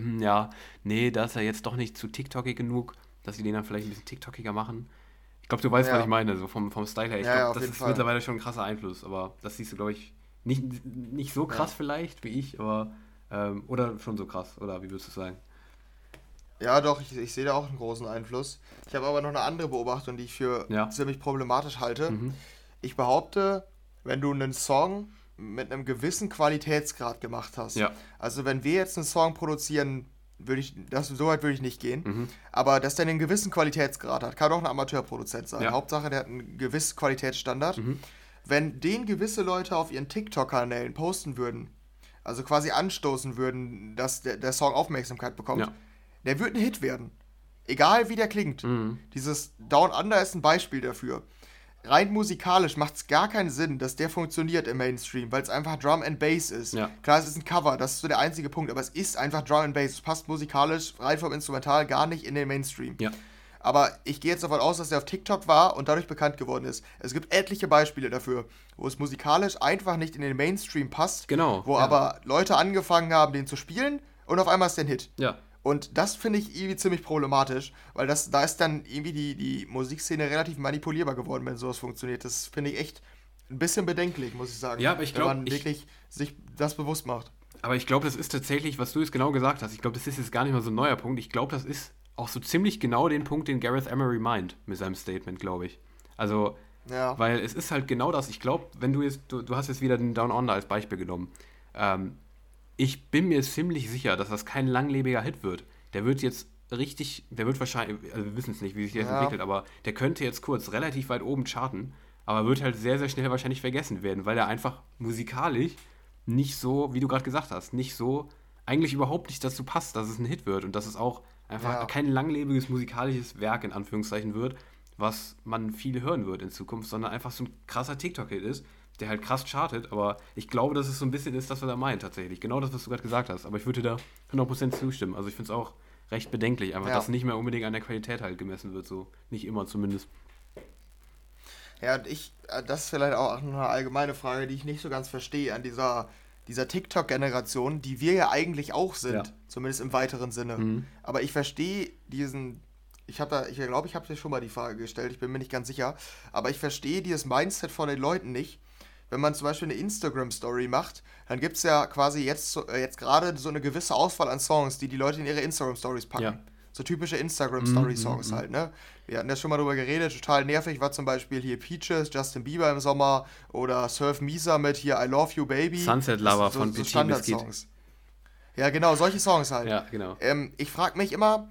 da ist er jetzt doch nicht zu TikTokig genug, dass sie den dann vielleicht ein bisschen TikTokiger machen. Ich glaube, du weißt, was ich meine, so vom Style her. Ich glaube, das ist mittlerweile schon ein krasser Einfluss, aber das siehst du, glaube ich, nicht so krass vielleicht wie ich, aber oder schon so krass, oder wie würdest du sagen? Ja, doch, ich sehe da auch einen großen Einfluss. Ich habe aber noch eine andere Beobachtung, die ich für ziemlich problematisch halte. Ich behaupte, wenn du einen Song mit einem gewissen Qualitätsgrad gemacht hast, also wenn wir jetzt einen Song produzieren, so weit würde ich nicht gehen, aber dass der einen gewissen Qualitätsgrad hat, kann auch ein Amateurproduzent sein. Hauptsache, der hat einen gewissen Qualitätsstandard. Wenn den gewisse Leute auf ihren TikTok-Kanälen posten würden, also quasi anstoßen würden, dass der Song Aufmerksamkeit bekommt, der wird ein Hit werden. Egal wie der klingt. Dieses Down Under ist ein Beispiel dafür. Rein musikalisch macht es gar keinen Sinn, dass der funktioniert im Mainstream, weil es einfach Drum and Bass ist. Ja. Klar, es ist ein Cover, das ist so der einzige Punkt, aber es ist einfach Drum and Bass. Es passt musikalisch, rein vom Instrumental, gar nicht in den Mainstream. Ja. Aber ich gehe jetzt davon aus, dass der auf TikTok war und dadurch bekannt geworden ist. Es gibt etliche Beispiele dafür, wo es musikalisch einfach nicht in den Mainstream passt, wo aber Leute angefangen haben, den zu spielen und auf einmal ist der ein Hit. Ja. Und das finde ich irgendwie ziemlich problematisch, weil da ist dann irgendwie die Musikszene relativ manipulierbar geworden, wenn sowas funktioniert. Das finde ich echt ein bisschen bedenklich, muss ich sagen. Ja, aber ich glaube, wenn man wirklich sich das bewusst macht. Aber ich glaube, das ist tatsächlich, was du jetzt genau gesagt hast, ich glaube, das ist jetzt gar nicht mal so ein neuer Punkt. Ich glaube, das ist auch so ziemlich genau den Punkt, den Gareth Emery meint mit seinem Statement, glaube ich. Also, weil es ist halt genau das. Ich glaube, wenn du hast jetzt wieder den Down Under als Beispiel genommen. Ich bin mir ziemlich sicher, dass das kein langlebiger Hit wird. Der wird wahrscheinlich, also wir wissen es nicht, wie sich das entwickelt, aber der könnte jetzt kurz relativ weit oben charten, aber wird halt sehr, sehr schnell wahrscheinlich vergessen werden, weil er einfach musikalisch nicht so, wie du gerade gesagt hast, eigentlich überhaupt nicht dazu passt, dass es ein Hit wird und dass es auch einfach kein langlebiges musikalisches Werk in Anführungszeichen wird, was man viel hören wird in Zukunft, sondern einfach so ein krasser TikTok-Hit ist, der halt krass chartet, aber ich glaube, dass es so ein bisschen ist, das, was er meint tatsächlich. Genau das, was du gerade gesagt hast, aber ich würde da 100% zustimmen. Also ich finde es auch recht bedenklich, einfach, dass nicht mehr unbedingt an der Qualität halt gemessen wird, so nicht immer zumindest. Ja, und das ist vielleicht auch eine allgemeine Frage, die ich nicht so ganz verstehe an dieser TikTok-Generation, die wir ja eigentlich auch sind, zumindest im weiteren Sinne. Aber ich verstehe ich glaube, ich habe dir schon mal die Frage gestellt, ich bin mir nicht ganz sicher, aber ich verstehe dieses Mindset von den Leuten nicht. Wenn man zum Beispiel eine Instagram-Story macht, dann gibt es ja quasi jetzt gerade so eine gewisse Auswahl an Songs, die Leute in ihre Instagram-Stories packen. Ja. So typische Instagram-Story-Songs halt, ne? Wir hatten ja schon mal drüber geredet, total nervig war zum Beispiel hier Peaches, Justin Bieber im Sommer oder Surf Misa mit hier I Love You Baby. Sunset Lover von so Standard-Songs. Ja, genau, solche Songs halt. Ja, genau. Ich frage mich immer,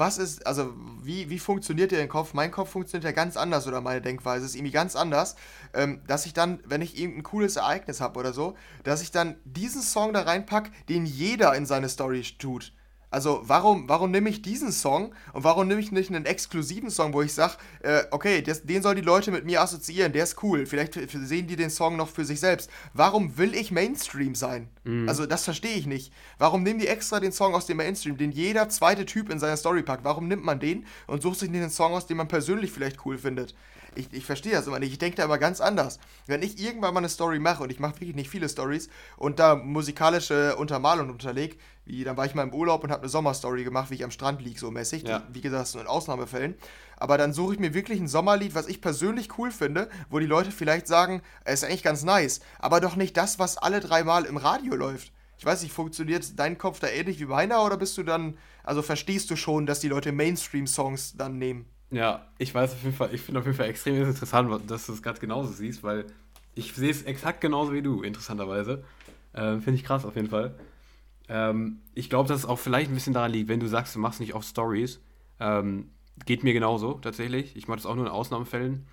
wie funktioniert der Kopf? Mein Kopf funktioniert ja ganz anders oder meine Denkweise ist irgendwie ganz anders, dass ich dann, wenn ich irgendein cooles Ereignis habe oder so, dass ich dann diesen Song da reinpacke, den jeder in seine Story tut. Also warum nehme ich diesen Song und warum nehme ich nicht einen exklusiven Song, wo ich sage, okay, den sollen die Leute mit mir assoziieren, der ist cool, vielleicht sehen die den Song noch für sich selbst. Warum will ich Mainstream sein? Also das verstehe ich nicht. Warum nehmen die extra den Song aus dem Mainstream, den jeder zweite Typ in seiner Story packt? Warum nimmt man den und sucht sich nicht den Song aus, den man persönlich vielleicht cool findet? Ich verstehe das immer nicht. Ich denke da immer ganz anders. Wenn ich irgendwann mal eine Story mache, und ich mache wirklich nicht viele Stories, und da musikalische Untermalung unterlege, dann war ich mal im Urlaub und habe eine Sommerstory gemacht, wie ich am Strand liege, so mäßig. Ja. Wie gesagt, das ist nur in Ausnahmefällen. Aber dann suche ich mir wirklich ein Sommerlied, was ich persönlich cool finde, wo die Leute vielleicht sagen, es ist eigentlich ganz nice, aber doch nicht das, was alle 3 Mal im Radio läuft. Ich weiß nicht, funktioniert dein Kopf da ähnlich wie meiner, oder verstehst du schon, dass die Leute Mainstream-Songs dann nehmen? Ja, ich weiß auf jeden Fall, ich finde auf jeden Fall extrem interessant, dass du es gerade genauso siehst, weil ich sehe es exakt genauso wie du, interessanterweise. Finde ich krass auf jeden Fall. Ich glaube, dass es auch vielleicht ein bisschen daran liegt, wenn du sagst, du machst nicht oft Stories. Geht mir genauso, tatsächlich. Ich mache das auch nur in Ausnahmefällen.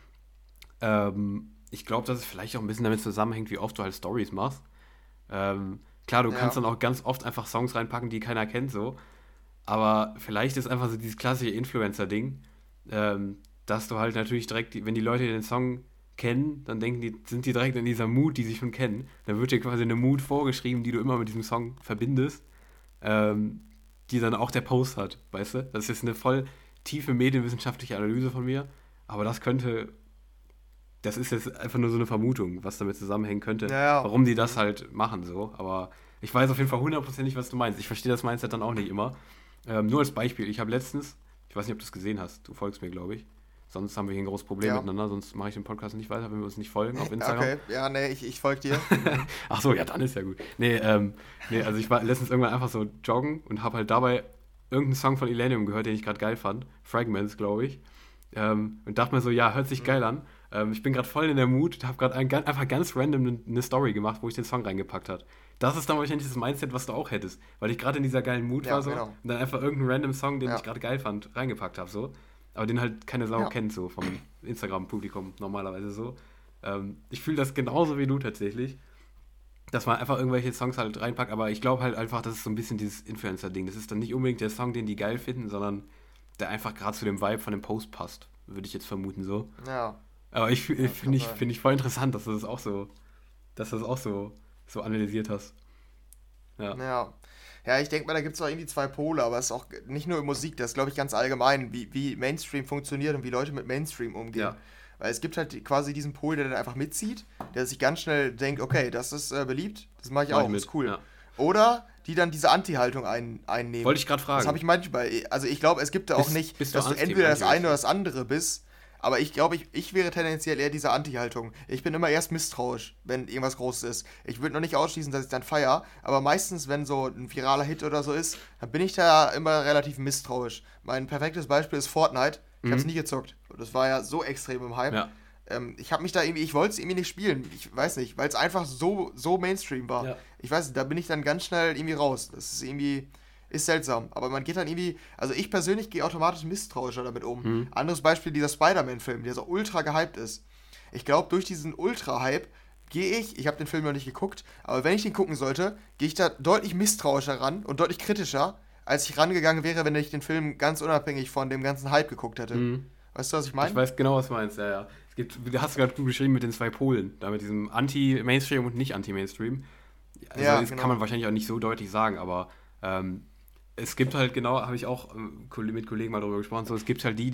Ich glaube, dass es vielleicht auch ein bisschen damit zusammenhängt, wie oft du halt Stories machst. Klar, du kannst Ja. dann auch ganz oft einfach Songs reinpacken, die keiner kennt, so. Aber vielleicht ist einfach so dieses klassische Influencer-Ding, dass du halt natürlich direkt, wenn die Leute den Song kennen, dann denken die, sind die direkt in dieser Mood, die sie schon kennen. Dann wird dir quasi eine Mood vorgeschrieben, die du immer mit diesem Song verbindest, ähm, die dann auch der Post hat, weißt du? Das ist jetzt eine voll tiefe medienwissenschaftliche Analyse von mir, aber das ist jetzt einfach nur so eine Vermutung, was damit zusammenhängen könnte, Ja, warum die das halt machen, so. Aber ich weiß auf jeden Fall hundertprozentig, was du meinst. Ich verstehe das Mindset dann auch nicht immer. Nur als Beispiel, ich habe letztens, ich weiß nicht, ob du es gesehen hast, du folgst mir, glaube ich. Sonst haben wir hier ein großes Problem ja. miteinander, sonst mache ich den Podcast nicht weiter, wenn wir uns nicht folgen auf Ja, Instagram. okay, ja, nee, ich folge dir. Mhm. Ach so, ja, dann ist ja gut. Nee, also ich war letztens irgendwann einfach so joggen und habe halt dabei irgendeinen Song von Illenium gehört, den ich gerade geil fand. Fragments, glaube ich. Und dachte mir so, ja, hört sich geil Mhm. an. Ich bin gerade voll in der Mut, habe gerade einfach ganz random eine Story gemacht, wo ich den Song reingepackt habe. Das ist dann wahrscheinlich das Mindset, was du auch hättest. Weil ich gerade in dieser geilen Mut Ja, war so und genau. dann einfach irgendeinen random Song, den ich Ja, gerade geil fand, reingepackt habe so. Aber den halt keine Sau ja. kennt so vom Instagram-Publikum normalerweise so. Ich fühle das genauso wie du tatsächlich, dass man einfach irgendwelche Songs halt reinpackt, aber ich glaube halt einfach, das ist so ein bisschen dieses Influencer-Ding. Das ist dann nicht unbedingt der Song, den die geil finden, sondern der einfach gerade zu dem Vibe von dem Post passt, würde ich jetzt vermuten so. Ja, Aber ja, das kann sein. finde ich voll interessant, dass du das auch so analysiert hast. Ja. Ja. Ja, ich denke mal, da gibt es auch irgendwie zwei Pole, aber es ist auch nicht nur in Musik, das ist, glaube ich, ganz allgemein, wie Mainstream funktioniert und wie Leute mit Mainstream umgehen. Ja, Weil es gibt halt quasi diesen Pol, der dann einfach mitzieht, der sich ganz schnell denkt, okay, das ist beliebt, das mache ich mach ich auch, mit. ist cool. Ja. Oder die dann diese Anti-Haltung einnehmen. Wollte ich gerade Das habe fragen. ich manchmal. Also ich glaube, es gibt da auch nicht, Bist du dass du Anti-Team, entweder das eine oder Anti-Mainstream? das andere bist. Aber ich glaube, ich wäre tendenziell eher diese Anti-Haltung. Ich bin immer erst misstrauisch, wenn irgendwas Großes ist. Ich würde noch nicht ausschließen, dass ich dann feier, aber meistens, wenn so ein viraler Hit oder so ist, dann bin ich da immer relativ misstrauisch. Mein perfektes Beispiel ist Fortnite. Ich habe es Mhm. nie gezockt. Das war ja so extrem im Hype. Ja. Ich habe mich da irgendwie, ich wollte es irgendwie nicht spielen. Ich weiß nicht, weil es einfach so Mainstream war. Ja. Ich weiß nicht, da bin ich dann ganz schnell irgendwie raus. Das ist irgendwie, ist seltsam. Aber man geht dann irgendwie, also ich persönlich gehe automatisch misstrauischer damit um. Mhm. Anderes Beispiel, dieser Spider-Man-Film, der so ultra gehypt ist. Ich glaube, durch diesen Ultra-Hype gehe ich habe den Film noch nicht geguckt, aber wenn ich den gucken sollte, gehe ich da deutlich misstrauischer ran und deutlich kritischer, als ich rangegangen wäre, wenn ich den Film ganz unabhängig von dem ganzen Hype geguckt hätte. Mhm. Weißt du, was ich Ich meine? weiß genau, was du meinst, ja, ja. Du hast gerade gut beschrieben mit den zwei Polen, da mit diesem Anti-Mainstream und nicht Anti-Mainstream. Also Ja, das kann man genau. wahrscheinlich auch nicht so deutlich sagen, aber es gibt halt genau, habe ich auch mit Kollegen mal darüber gesprochen, so, es gibt halt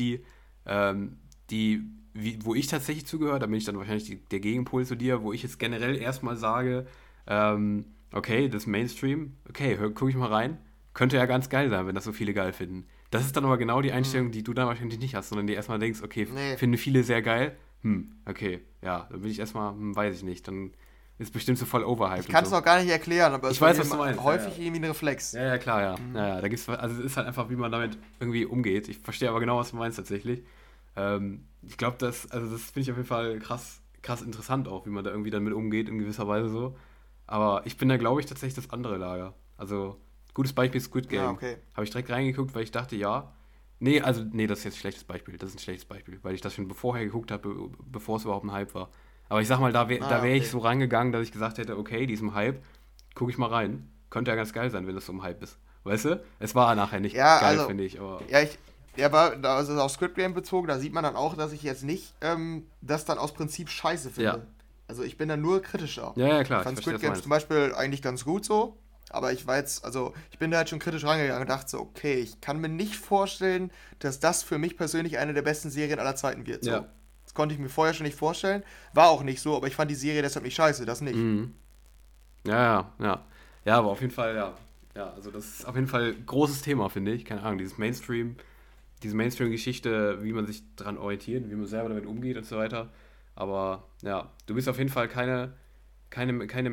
wo ich tatsächlich zugehöre, da bin ich dann wahrscheinlich der Gegenpol zu dir, wo ich jetzt generell erstmal sage, okay, das Mainstream, okay, gucke ich mal rein, könnte ja ganz geil sein, wenn das so viele geil finden. Das ist dann aber genau die Hm. Einstellung, die du dann wahrscheinlich nicht hast, sondern die erstmal denkst, okay, Nee. finden viele sehr geil, okay, ja, dann bin ich erstmal, weiß ich nicht, dann ist bestimmt so voll Ich overhyped und kann es so. noch gar nicht erklären, aber es Ich ist bei weiß, mir was du meinst, ja, ja. häufig irgendwie ein Reflex. Ja, ja, klar, ja. Mhm. Ja, ja, also es ist halt einfach, wie man damit irgendwie umgeht. Ich verstehe aber genau, was du meinst tatsächlich. Ich glaube, also das finde ich auf jeden Fall krass interessant auch, wie man da irgendwie dann mit umgeht in gewisser Weise so. Aber ich bin da, glaube ich, tatsächlich das andere Lager. Also, gutes Beispiel Squid Ja, Game. okay. Habe ich direkt reingeguckt, weil ich dachte, ja. Nee, das ist jetzt ein schlechtes Beispiel. Das ist ein schlechtes Beispiel, weil ich das schon vorher geguckt habe, bevor es überhaupt ein Hype war. Aber ich sag mal, da Ah, wär ich okay. so rangegangen, dass ich gesagt hätte, okay, diesem Hype, gucke ich mal rein. Könnte ja ganz geil sein, wenn das so ein Hype ist. Weißt du? Es war nachher nicht Ja, geil, also, finde ich, aber. ja, also auf Squid Game bezogen, da sieht man dann auch, dass ich jetzt nicht das dann aus Prinzip scheiße Ja. finde. Also ich bin dann nur kritischer. Ja, ja, Ich klar, ich fand verstehe, Squid was du Game zum meinst. Beispiel eigentlich ganz gut so, aber ich war jetzt, also ich bin da halt schon kritisch rangegangen und dachte so, okay, ich kann mir nicht vorstellen, dass das für mich persönlich eine der besten Serien aller Zeiten wird. So. Ja. Das konnte ich mir vorher schon nicht vorstellen. War auch nicht so, aber ich fand die Serie deshalb nicht scheiße, das nicht. Mhm. Ja, ja, ja. Ja, aber auf jeden Fall, ja. Ja, also das ist auf jeden Fall ein großes Thema, finde ich. Keine Ahnung, diese Mainstream-Geschichte, wie man sich daran orientiert, wie man selber damit umgeht und so weiter. Aber ja, du bist auf jeden Fall keine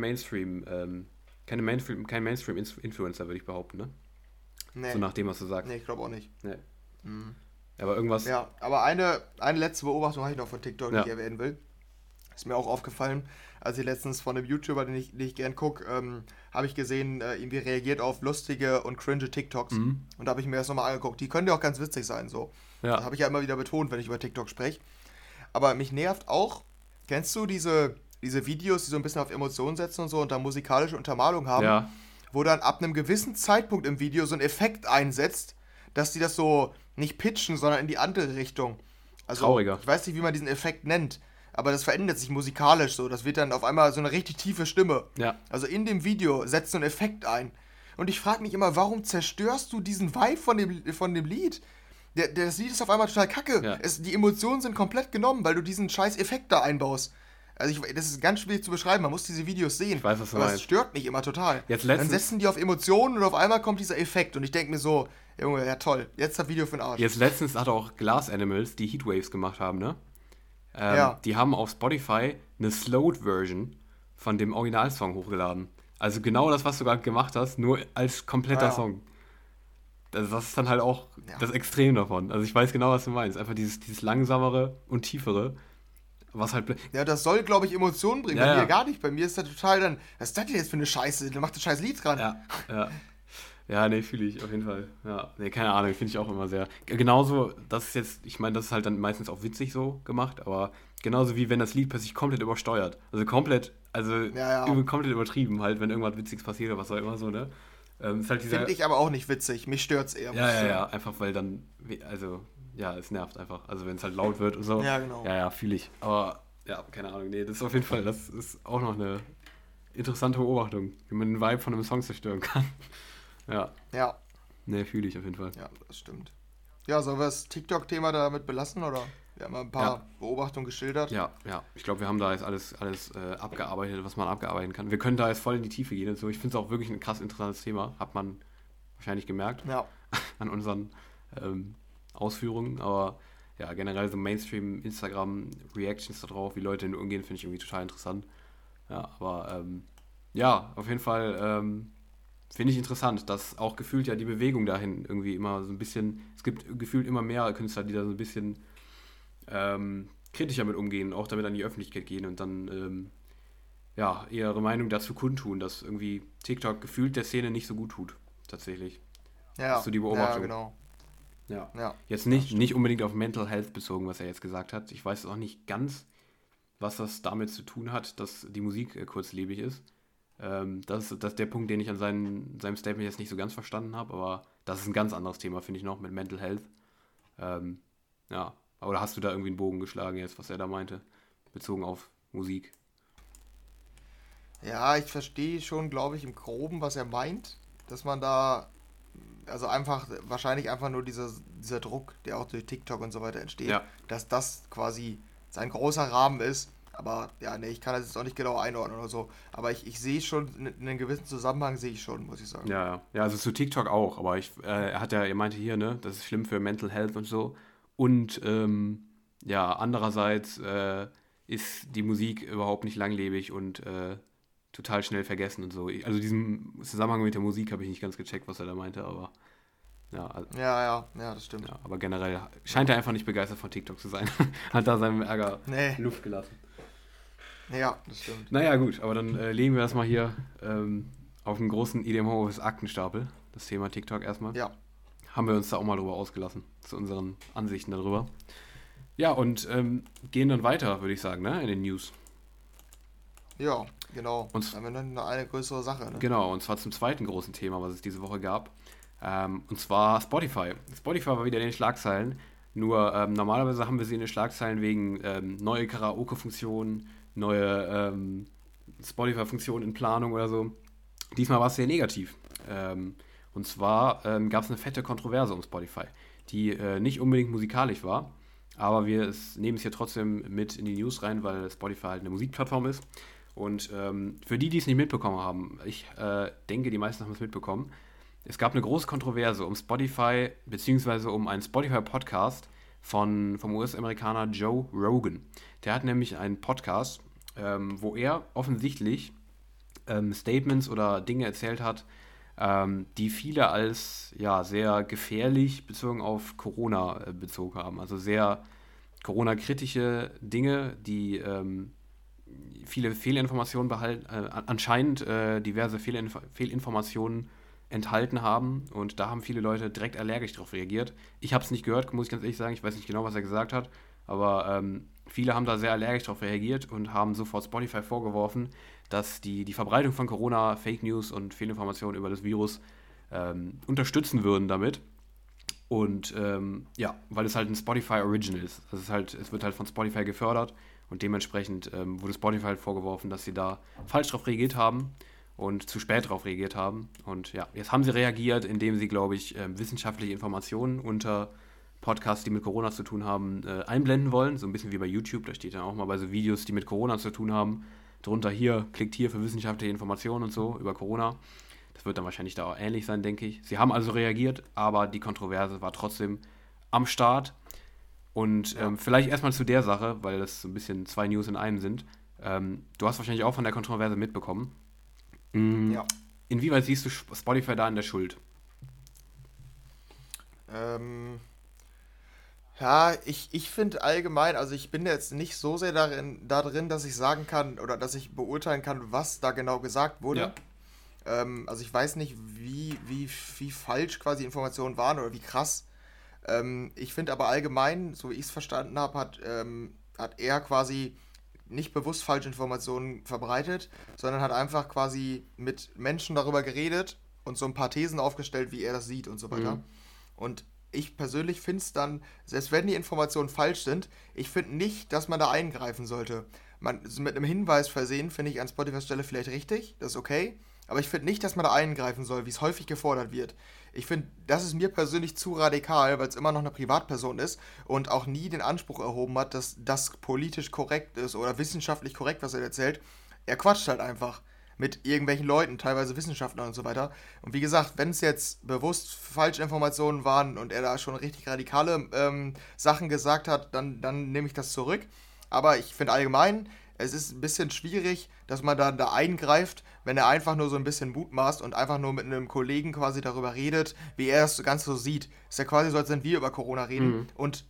kein Mainstream-Influencer, würde ich behaupten, ne? So Nee, nach dem, was du sagst. nee, ich glaube auch nicht. Nee. Mhm. Aber irgendwas, Ja, aber eine letzte Beobachtung habe ich noch von TikTok, die ja. ich erwähnen will. Ist mir auch aufgefallen, als ich letztens von einem YouTuber, den ich gern gucke, habe ich gesehen, irgendwie reagiert auf lustige und cringe TikToks. Und da habe ich mir das nochmal angeguckt. Die können ja auch ganz witzig sein, so. Ja. Das habe ich ja immer wieder betont, wenn ich über TikTok spreche. Aber mich nervt auch, kennst du diese Videos, die so ein bisschen auf Emotionen setzen und so und da musikalische Untermalung haben, Ja. wo dann ab einem gewissen Zeitpunkt im Video so ein Effekt einsetzt, dass die das so nicht pitchen, sondern in die andere Richtung. Also, Trauriger. ich weiß nicht, wie man diesen Effekt nennt, aber das verändert sich musikalisch so. Das wird dann auf einmal so eine richtig tiefe Stimme. Ja. Also in dem Video setzt so ein Effekt ein. Und ich frage mich immer, warum zerstörst du diesen Vibe von dem Lied? Das Lied ist auf einmal total kacke. Ja. Die Emotionen sind komplett genommen, weil du diesen scheiß Effekt da einbaust. Also das ist ganz schwierig zu beschreiben, man muss diese Videos sehen. Ich weiß, was du aber meinst. es stört mich immer total. Jetzt Dann letztens, setzen die auf Emotionen und auf einmal kommt dieser Effekt. Und ich denke mir so, Junge, ja toll, jetzt das Video für den Arsch. jetzt letztens hat auch Glass Animals, die Heatwaves gemacht haben, ne? Ja. Die haben auf Spotify eine Slowed-Version von dem Originalsong hochgeladen. Also genau das, was du gerade gemacht hast, nur als kompletter Ja. Song. Das ist dann halt auch Ja. das Extrem davon. Also ich weiß genau, was du meinst. Einfach dieses langsamere und tiefere, was halt... Ja, das soll, glaube ich, Emotionen bringen. Ja, Bei ja. mir gar nicht. Bei mir ist das total dann, was ist das denn jetzt für eine Scheiße? Dann macht das scheiß Lied dran. Ja. Ja, nee, fühle ich auf jeden Fall. Ja, nee, keine Ahnung, finde ich auch immer sehr. Genauso, das ist jetzt, ich meine, das ist halt dann meistens auch witzig so gemacht, aber genauso wie wenn das Lied plötzlich komplett übersteuert. Also komplett Ja. komplett übertrieben halt, wenn irgendwas Witziges passiert oder was auch immer so, ne? Ist halt dieser. Finde ich aber auch nicht witzig. Mich stört's eher. muss ich sagen. Ja, einfach weil dann, also, ja, es nervt einfach. Also wenn es halt laut wird und so. Ja, genau. Ja, fühle ich. Aber, ja, keine Ahnung, nee, das ist auf jeden Fall, das ist auch noch eine interessante Beobachtung, wie man den Vibe von einem Song zerstören kann. Ja, Ja, nee, fühle ich auf jeden Fall. ja, das stimmt. Ja, sollen wir das TikTok-Thema damit belassen, oder? Wir haben mal ein paar Ja. Beobachtungen geschildert. Ja. Ich glaube, wir haben da jetzt alles abgearbeitet, was man abgearbeiten kann. Wir können da jetzt voll in die Tiefe gehen und so. Ich finde es auch wirklich ein krass interessantes Thema. Hat man wahrscheinlich gemerkt Ja. an unseren Ausführungen. Aber ja, generell so Mainstream, Instagram, Reactions da drauf, wie Leute damit umgehen, finde ich irgendwie total interessant. Ja, aber ja, auf jeden Fall finde ich interessant, dass auch gefühlt ja die Bewegung dahin irgendwie immer so ein bisschen, es gibt gefühlt immer mehr Künstler, die da so ein bisschen kritischer mit umgehen, auch damit an die Öffentlichkeit gehen und dann ja, ihre Meinung dazu kundtun, dass irgendwie TikTok gefühlt der Szene nicht so gut tut, tatsächlich. Ja, Hast du die Beobachtung? ja, genau. Ja. Ja. Jetzt nicht unbedingt auf Mental Health bezogen, was er jetzt gesagt hat. Ich weiß auch nicht ganz, was das damit zu tun hat, dass die Musik kurzlebig ist. Das ist der Punkt, den ich an seinem Statement jetzt nicht so ganz verstanden habe, aber das ist ein ganz anderes Thema, finde ich noch, mit Mental Health. Ja, oder hast du da irgendwie einen Bogen geschlagen jetzt, was er da meinte, bezogen auf Musik? Ja, ich verstehe schon, glaube ich, im Groben, was er meint, dass man da, also wahrscheinlich einfach nur dieser Druck, der auch durch TikTok und so weiter entsteht, Ja. dass das quasi sein großer Rahmen ist. Aber ja, nee, ich kann das jetzt auch nicht genau einordnen oder so. Aber ich sehe schon, in einem gewissen Zusammenhang sehe ich schon, muss ich sagen. Ja, also zu TikTok auch, aber er meinte hier, ne, das ist schlimm für Mental Health und so. Und ja, andererseits ist die Musik überhaupt nicht langlebig und total schnell vergessen und so. Also diesen Zusammenhang mit der Musik habe ich nicht ganz gecheckt, was er da meinte, aber ja, also, Ja, das stimmt. ja, aber generell scheint er einfach nicht begeistert von TikTok zu sein. Hat da seinem Ärger Nee, Luft gelassen. ja, das stimmt. Naja, gut, aber dann legen wir das mal hier auf einen großen EDM Homeoffice Aktenstapel. Das Thema TikTok erstmal. Ja, Haben wir uns da auch mal drüber ausgelassen, zu unseren Ansichten darüber. Ja, und gehen dann weiter, würde ich sagen, ne, in den News. ja, genau. Und- Dann haben wir noch eine größere Sache, ne? Genau, und zwar zum zweiten großen Thema, was es diese Woche gab. Und zwar Spotify. Spotify war wieder in den Schlagzeilen. Nur normalerweise haben wir sie in den Schlagzeilen wegen neue Karaoke-Funktionen, neue Spotify-Funktionen in Planung oder so. Diesmal war es sehr negativ. Und zwar gab es eine fette Kontroverse um Spotify, die nicht unbedingt musikalisch war, aber wir nehmen es hier trotzdem mit in die News rein, weil Spotify halt eine Musikplattform ist. Und für die es nicht mitbekommen haben, ich denke, die meisten haben es mitbekommen, es gab eine große Kontroverse um Spotify, beziehungsweise um einen Spotify-Podcast vom US-Amerikaner Joe Rogan. Der hat nämlich einen Podcast, wo er offensichtlich Statements oder Dinge erzählt hat, die viele als ja, sehr gefährlich bezogen auf Corona bezogen haben. Also sehr Corona-kritische Dinge, die viele Fehlinformationen anscheinend diverse Fehlinformationen enthalten haben und da haben viele Leute direkt allergisch darauf reagiert. Ich habe es nicht gehört, muss ich ganz ehrlich sagen, ich weiß nicht genau, was er gesagt hat, aber viele haben da sehr allergisch darauf reagiert und haben sofort Spotify vorgeworfen, dass die Verbreitung von Corona, Fake News und Fehlinformationen über das Virus unterstützen würden damit. Und weil es halt ein Spotify Original ist. Es wird halt von Spotify gefördert und dementsprechend wurde Spotify halt vorgeworfen, dass sie da falsch drauf reagiert haben und zu spät drauf reagiert haben. Und ja, jetzt haben sie reagiert, indem sie, glaube ich, wissenschaftliche Informationen unter Podcasts, die mit Corona zu tun haben, einblenden wollen. So ein bisschen wie bei YouTube, da steht dann auch mal bei so Videos, die mit Corona zu tun haben, drunter hier, klickt hier für wissenschaftliche Informationen und so über Corona. Das wird dann wahrscheinlich da auch ähnlich sein, denke ich. Sie haben also reagiert, aber die Kontroverse war trotzdem am Start. Und vielleicht erstmal zu der Sache, weil das so ein bisschen 2 News in einem sind. Du hast wahrscheinlich auch von der Kontroverse mitbekommen. Ja. Inwieweit siehst du Spotify da in der Schuld? Ja, ich finde allgemein, also ich bin jetzt nicht so sehr da drin, dass ich sagen kann oder dass ich beurteilen kann, was da genau gesagt wurde. Also ich weiß nicht, wie falsch quasi Informationen waren oder wie krass. Ich finde aber allgemein, so wie ich es verstanden habe, hat er quasi nicht bewusst falsche Informationen verbreitet, sondern hat einfach quasi mit Menschen darüber geredet und so ein paar Thesen aufgestellt, wie er das sieht und so weiter. Und ich persönlich finde es dann, selbst wenn die Informationen falsch sind, ich finde nicht, dass man da eingreifen sollte. Mit einem Hinweis versehen, finde ich an Spotifys Stelle vielleicht richtig, das ist okay. Aber ich finde nicht, dass man da eingreifen soll, wie es häufig gefordert wird. Ich finde, das ist mir persönlich zu radikal, weil es immer noch eine Privatperson ist und auch nie den Anspruch erhoben hat, dass das politisch korrekt ist oder wissenschaftlich korrekt, was er erzählt. Er quatscht halt einfach mit irgendwelchen Leuten, teilweise Wissenschaftlern und so weiter. Und wie gesagt, wenn es jetzt bewusst falsche Informationen waren und er da schon richtig radikale Sachen gesagt hat, dann nehme ich das zurück. Aber ich finde allgemein, es ist ein bisschen schwierig, dass man da eingreift, wenn er einfach nur so ein bisschen mutmaßt und einfach nur mit einem Kollegen quasi darüber redet, wie er das Ganze so sieht. Ist ja quasi so, als wenn wir über Corona reden und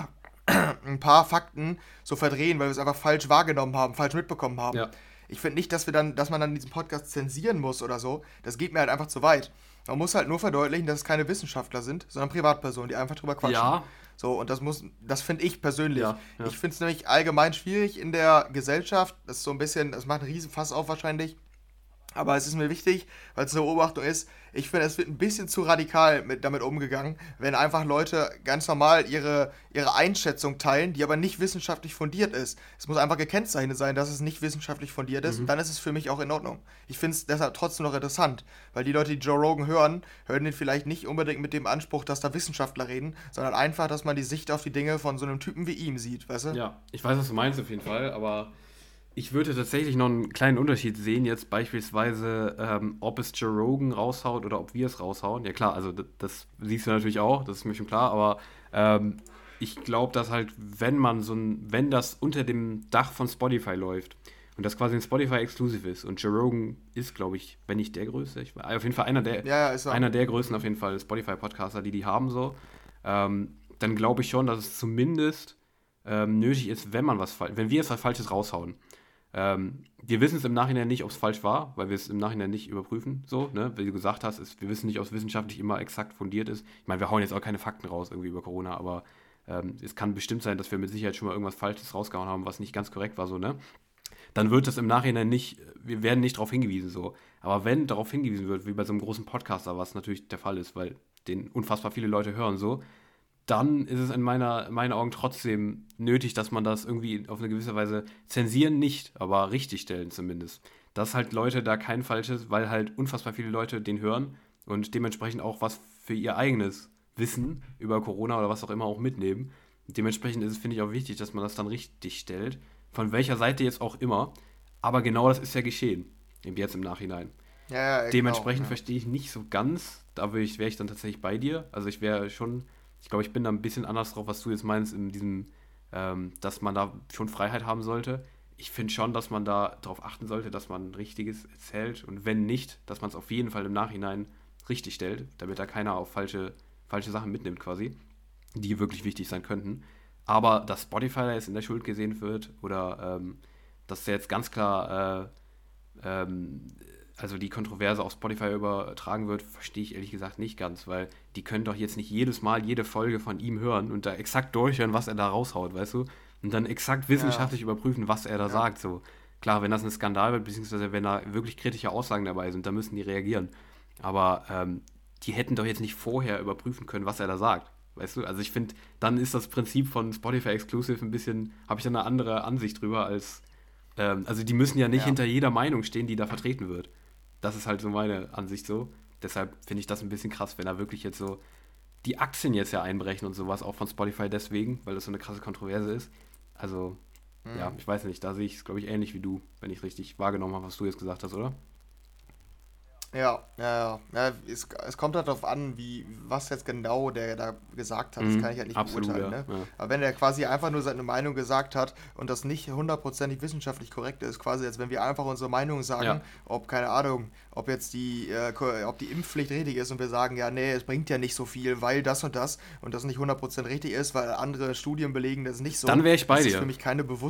ein paar Fakten so verdrehen, weil wir es einfach falsch wahrgenommen haben, falsch mitbekommen haben. Ja. Ich finde nicht, dass man dann diesen Podcast zensieren muss oder so. Das geht mir halt einfach zu weit. Man muss halt nur verdeutlichen, dass es keine Wissenschaftler sind, sondern Privatpersonen, die einfach drüber quatschen. Ja. So, und das finde ich persönlich. Ja. Ich finde es nämlich allgemein schwierig in der Gesellschaft. Das ist so ein bisschen, das macht einen Riesenfass auf wahrscheinlich. Aber es ist mir wichtig, weil es eine Beobachtung ist. Ich finde, es wird ein bisschen zu radikal damit umgegangen, wenn einfach Leute ganz normal ihre Einschätzung teilen, die aber nicht wissenschaftlich fundiert ist. Es muss einfach gekennzeichnet sein, dass es nicht wissenschaftlich fundiert ist und dann ist es für mich auch in Ordnung. Ich finde es deshalb trotzdem noch interessant, weil die Leute, die Joe Rogan hören den vielleicht nicht unbedingt mit dem Anspruch, dass da Wissenschaftler reden, sondern einfach, dass man die Sicht auf die Dinge von so einem Typen wie ihm sieht, weißt du? Ja, ich weiß, was du meinst auf jeden Fall, aber ich würde tatsächlich noch einen kleinen Unterschied sehen, jetzt beispielsweise, ob es Joe Rogan raushaut oder ob wir es raushauen. Ja klar, also das siehst du natürlich auch, das ist mir schon klar, aber ich glaube, dass halt, wenn das unter dem Dach von Spotify läuft und das quasi ein Spotify-Exclusive ist und Joe Rogan ist, glaube ich, wenn nicht der Größte, auf jeden Fall einer der Größten auf jeden Fall Spotify-Podcaster, die haben so, dann glaube ich schon, dass es zumindest nötig ist, wenn wir jetzt was Falsches raushauen. Wir wissen es im Nachhinein nicht, ob es falsch war, weil wir es im Nachhinein nicht überprüfen, so, ne? Wie du gesagt hast, wir wissen nicht, ob es wissenschaftlich immer exakt fundiert ist. Ich meine, wir hauen jetzt auch keine Fakten raus irgendwie über Corona, aber es kann bestimmt sein, dass wir mit Sicherheit schon mal irgendwas Falsches rausgehauen haben, was nicht ganz korrekt war, so, ne? Dann wird es im Nachhinein wir werden nicht darauf hingewiesen, so. Aber wenn darauf hingewiesen wird, wie bei so einem großen Podcaster, was natürlich der Fall ist, weil den unfassbar viele Leute hören, so, dann ist es in meinen Augen trotzdem nötig, dass man das irgendwie auf eine gewisse Weise zensieren nicht, aber richtig stellen zumindest. Dass halt Leute da kein falsches, weil halt unfassbar viele Leute den hören und dementsprechend auch was für ihr eigenes Wissen über Corona oder was auch immer auch mitnehmen. Dementsprechend ist es, finde ich, auch wichtig, dass man das dann richtig stellt, von welcher Seite jetzt auch immer. Aber genau das ist ja geschehen, jetzt im Nachhinein. Ja, Dementsprechend genau, verstehe ich nicht so ganz, da wäre ich dann tatsächlich bei dir. Also ich glaube, ich bin da ein bisschen anders drauf, was du jetzt meinst, in diesem, dass man da schon Freiheit haben sollte. Ich finde schon, dass man da darauf achten sollte, dass man Richtiges erzählt und wenn nicht, dass man es auf jeden Fall im Nachhinein richtig stellt, damit da keiner auf falsche Sachen mitnimmt quasi, die wirklich wichtig sein könnten. Aber dass Spotify da jetzt in der Schuld gesehen wird oder dass der jetzt ganz klar also die Kontroverse auf Spotify übertragen wird, verstehe ich ehrlich gesagt nicht ganz, weil die können doch jetzt nicht jedes Mal jede Folge von ihm hören und da exakt durchhören, was er da raushaut, weißt du? Und dann exakt wissenschaftlich überprüfen, was er da sagt, so. Klar, wenn das ein Skandal wird, beziehungsweise wenn da wirklich kritische Aussagen dabei sind, dann müssen die reagieren. Aber die hätten doch jetzt nicht vorher überprüfen können, was er da sagt. Weißt du? Also ich finde, dann ist das Prinzip von Spotify Exclusive ein bisschen, habe ich da eine andere Ansicht drüber als, also die müssen ja nicht hinter jeder Meinung stehen, die da vertreten wird. Das ist halt so meine Ansicht so. Deshalb finde ich das ein bisschen krass, wenn da wirklich jetzt so die Aktien jetzt ja einbrechen und sowas, auch von Spotify deswegen, weil das so eine krasse Kontroverse ist. Also, ja, ich weiß nicht, da sehe ich es, glaube ich, ähnlich wie du, wenn ich richtig wahrgenommen habe, was du jetzt gesagt hast, oder? Es kommt halt darauf an, was jetzt genau der da gesagt hat. Das kann ich halt nicht Absolut, beurteilen. ja. Ne? Ja. Aber wenn er quasi einfach nur seine Meinung gesagt hat und das nicht hundertprozentig wissenschaftlich korrekt ist, quasi als wenn wir einfach unsere Meinung sagen, Ja. ob, keine Ahnung, ob jetzt ob die Impfpflicht richtig ist und wir sagen, ja, nee, es bringt ja nicht so viel, weil das und das nicht 100% richtig ist, weil andere Studien belegen das nicht so. Dann wäre ich bei Das ist dir. für mich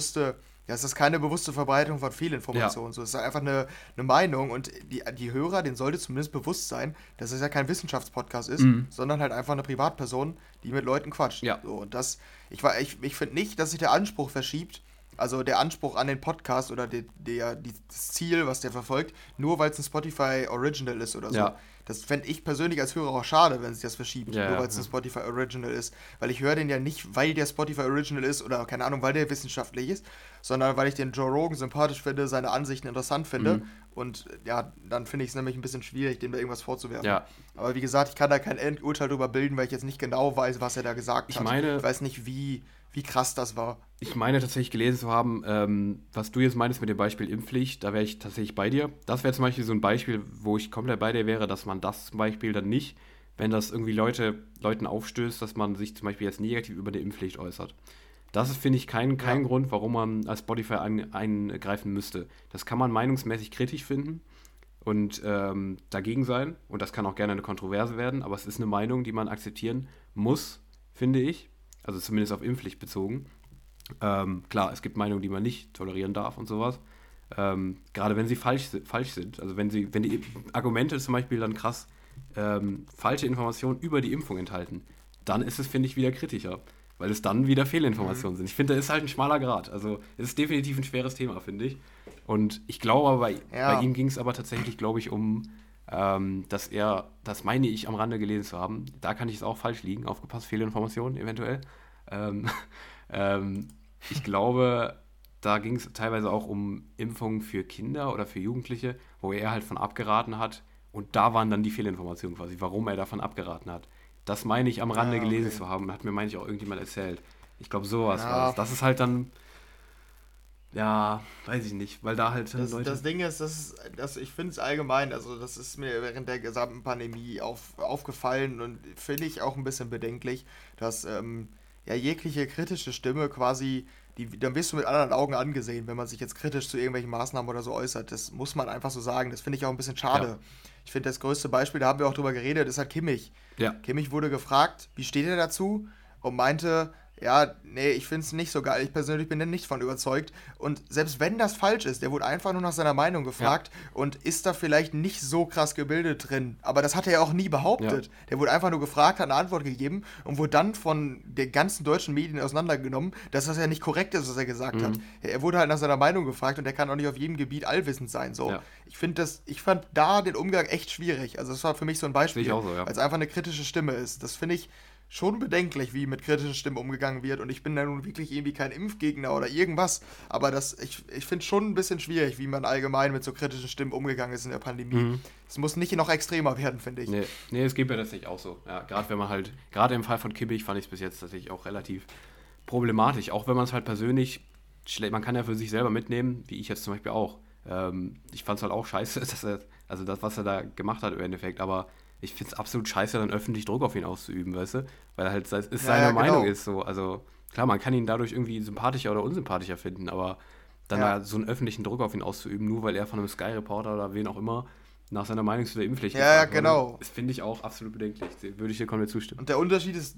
es ist keine bewusste Verbreitung von Ja, Fehlinformationen. So, es ist einfach eine Meinung und die Hörer, denen sollte zumindest bewusst sein, dass es ja kein Wissenschaftspodcast ist, sondern halt einfach eine Privatperson, die mit Leuten quatscht. ja, So, und ich finde nicht, dass sich der Anspruch verschiebt, also der Anspruch an den Podcast oder das Ziel, was der verfolgt, nur weil es ein Spotify Original ist oder so. ja, Das fände ich persönlich als Hörer auch schade, wenn sich das verschiebt, ja, nur ja, weil es ein ja. Spotify Original ist. Weil ich höre den ja nicht, weil der Spotify Original ist oder keine Ahnung, weil der wissenschaftlich ist, sondern weil ich den Joe Rogan sympathisch finde, seine Ansichten interessant finde. Und ja, dann finde ich es nämlich ein bisschen schwierig, dem da irgendwas vorzuwerfen. Ja. Aber wie gesagt, ich kann da kein Endurteil drüber bilden, weil ich jetzt nicht genau weiß, was er da gesagt Ich hat. meine, Ich weiß nicht, wie krass das war. Ich meine tatsächlich gelesen zu haben, was du jetzt meinst mit dem Beispiel Impfpflicht, da wäre ich tatsächlich bei dir. Das wäre zum Beispiel so ein Beispiel, wo ich komplett bei dir wäre, dass man das zum Beispiel dann nicht, wenn das irgendwie Leuten aufstößt, dass man sich zum Beispiel jetzt negativ über eine Impfpflicht äußert. Das ist, finde ich, kein Ja. Grund, warum man als Spotify eingreifen müsste. Das kann man meinungsmäßig kritisch finden und dagegen sein. Und das kann auch gerne eine Kontroverse werden, aber es ist eine Meinung, die man akzeptieren muss, finde ich. Also zumindest auf Impfpflicht bezogen. Klar, es gibt Meinungen, die man nicht tolerieren darf und sowas. Gerade wenn sie falsch sind. Also wenn die Argumente zum Beispiel dann krass falsche Informationen über die Impfung enthalten, dann ist es, finde ich, wieder kritischer. Weil es dann wieder Fehlinformationen sind. Ich finde, da ist halt ein schmaler Grat. Also es ist definitiv ein schweres Thema, finde ich. Und ich glaube aber, bei ihm ging es aber tatsächlich, glaube ich, um, das meine ich am Rande gelesen zu haben, da kann ich es auch falsch liegen, aufgepasst, Fehlinformationen eventuell. Ähm, ich glaube, da ging es teilweise auch um Impfungen für Kinder oder für Jugendliche, wo er halt von abgeraten hat. Und da waren dann die Fehlinformationen quasi, warum er davon abgeraten hat. Das meine ich am Rande gelesen zu haben, hat mir, meine ich, auch irgendjemand erzählt. Ich glaube, sowas war das. Das ist halt dann, ja, weiß ich nicht, weil da halt Leute... Das Ding ist, ich finde es allgemein, also das ist mir während der gesamten Pandemie aufgefallen und finde ich auch ein bisschen bedenklich, dass jegliche kritische Stimme quasi, dann wirst du mit anderen Augen angesehen, wenn man sich jetzt kritisch zu irgendwelchen Maßnahmen oder so äußert. Das muss man einfach so sagen. Das finde ich auch ein bisschen schade. Ja. Ich finde, das größte Beispiel, da haben wir auch drüber geredet, ist halt Kimmich. Ja, Kimmich wurde gefragt, wie steht er dazu? Und meinte, ja, nee, ich finde es nicht so geil. Ich persönlich bin da nicht von überzeugt. Und selbst wenn das falsch ist, der wurde einfach nur nach seiner Meinung gefragt und ist da vielleicht nicht so krass gebildet drin. Aber das hat er ja auch nie behauptet. Ja. Der wurde einfach nur gefragt, hat eine Antwort gegeben und wurde dann von den ganzen deutschen Medien auseinandergenommen, dass das ja nicht korrekt ist, was er gesagt hat. Er wurde halt nach seiner Meinung gefragt und er kann auch nicht auf jedem Gebiet allwissend sein. So. Ja. Ich fand da den Umgang echt schwierig. Also das war für mich so ein Beispiel, sehe ich auch so, ja. weil es einfach eine kritische Stimme ist. Das finde ich schon bedenklich, wie mit kritischen Stimmen umgegangen wird. Und ich bin da nun wirklich irgendwie kein Impfgegner oder irgendwas. Aber ich finde schon ein bisschen schwierig, wie man allgemein mit so kritischen Stimmen umgegangen ist in der Pandemie. Es muss nicht noch extremer werden, finde ich. Nee, es geht mir tatsächlich auch so. Ja, gerade im Fall von Kimmich fand ich es bis jetzt tatsächlich auch relativ problematisch. Auch wenn man es halt persönlich, man kann ja für sich selber mitnehmen, wie ich jetzt zum Beispiel auch. Ich fand es halt auch scheiße, also das, was er da gemacht hat im Endeffekt, aber ich finde es absolut scheiße, dann öffentlich Druck auf ihn auszuüben, weißt du? Weil er halt seine Meinung ist so. Also klar, man kann ihn dadurch irgendwie sympathischer oder unsympathischer finden, aber dann da so einen öffentlichen Druck auf ihn auszuüben, nur weil er von einem Sky-Reporter oder wen auch immer nach seiner Meinung zu der Impfpflicht gefragt wurde, das finde ich auch absolut bedenklich. Würde ich dir komplett zustimmen. Und der Unterschied ist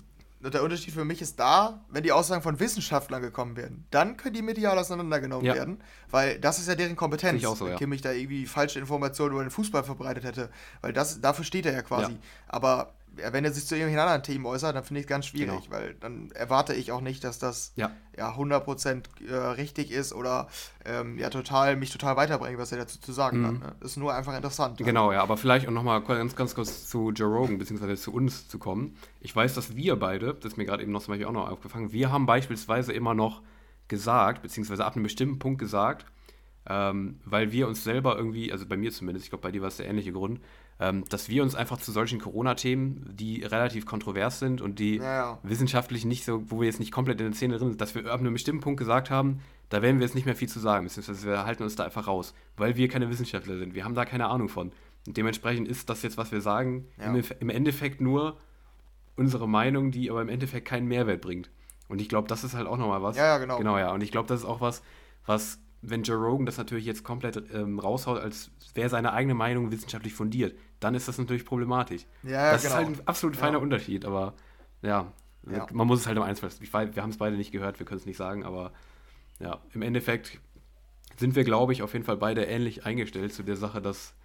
der Unterschied für mich ist da, wenn die Aussagen von Wissenschaftlern gekommen werden, dann können die medial auseinandergenommen werden, weil das ist ja deren Kompetenz. Ich auch so, wenn Kimmich da irgendwie falsche Informationen über den Fußball verbreitet hätte, weil dafür steht er ja quasi. Aber wenn er sich zu irgendwelchen anderen Themen äußert, dann finde ich es ganz schwierig, weil dann erwarte ich auch nicht, dass das 100% richtig ist oder mich total weiterbringt, was er dazu zu sagen hat. Ne? Das ist nur einfach interessant. Genau, aber vielleicht auch nochmal ganz kurz zu Joe Rogan, beziehungsweise zu uns zu kommen. Ich weiß, dass wir beide, das ist mir gerade eben noch zum Beispiel auch noch aufgefangen, wir haben beispielsweise immer noch gesagt, beziehungsweise ab einem bestimmten Punkt gesagt, weil wir uns selber irgendwie, also bei mir zumindest, ich glaube, bei dir war es der ähnliche Grund, dass wir uns einfach zu solchen Corona-Themen, die relativ kontrovers sind und die wissenschaftlich nicht so, wo wir jetzt nicht komplett in der Szene drin sind, dass wir ab einem bestimmten Punkt gesagt haben, da werden wir jetzt nicht mehr viel zu sagen, beziehungsweise wir halten uns da einfach raus, weil wir keine Wissenschaftler sind. Wir haben da keine Ahnung von. Und dementsprechend ist das jetzt, was wir sagen, im Endeffekt nur unsere Meinung, die aber im Endeffekt keinen Mehrwert bringt. Und ich glaube, das ist halt auch nochmal was. Ja, genau. Genau, ja. Und ich glaube, das ist auch was, wenn Joe Rogan das natürlich jetzt komplett raushaut, als wäre seine eigene Meinung wissenschaftlich fundiert, dann ist das natürlich problematisch. Ja, das ist halt ein absolut feiner Unterschied, aber man muss es halt im Einzelfall. Wir haben es beide nicht gehört, wir können es nicht sagen, aber ja, im Endeffekt sind wir, glaube ich, auf jeden Fall beide ähnlich eingestellt zu der Sache, dass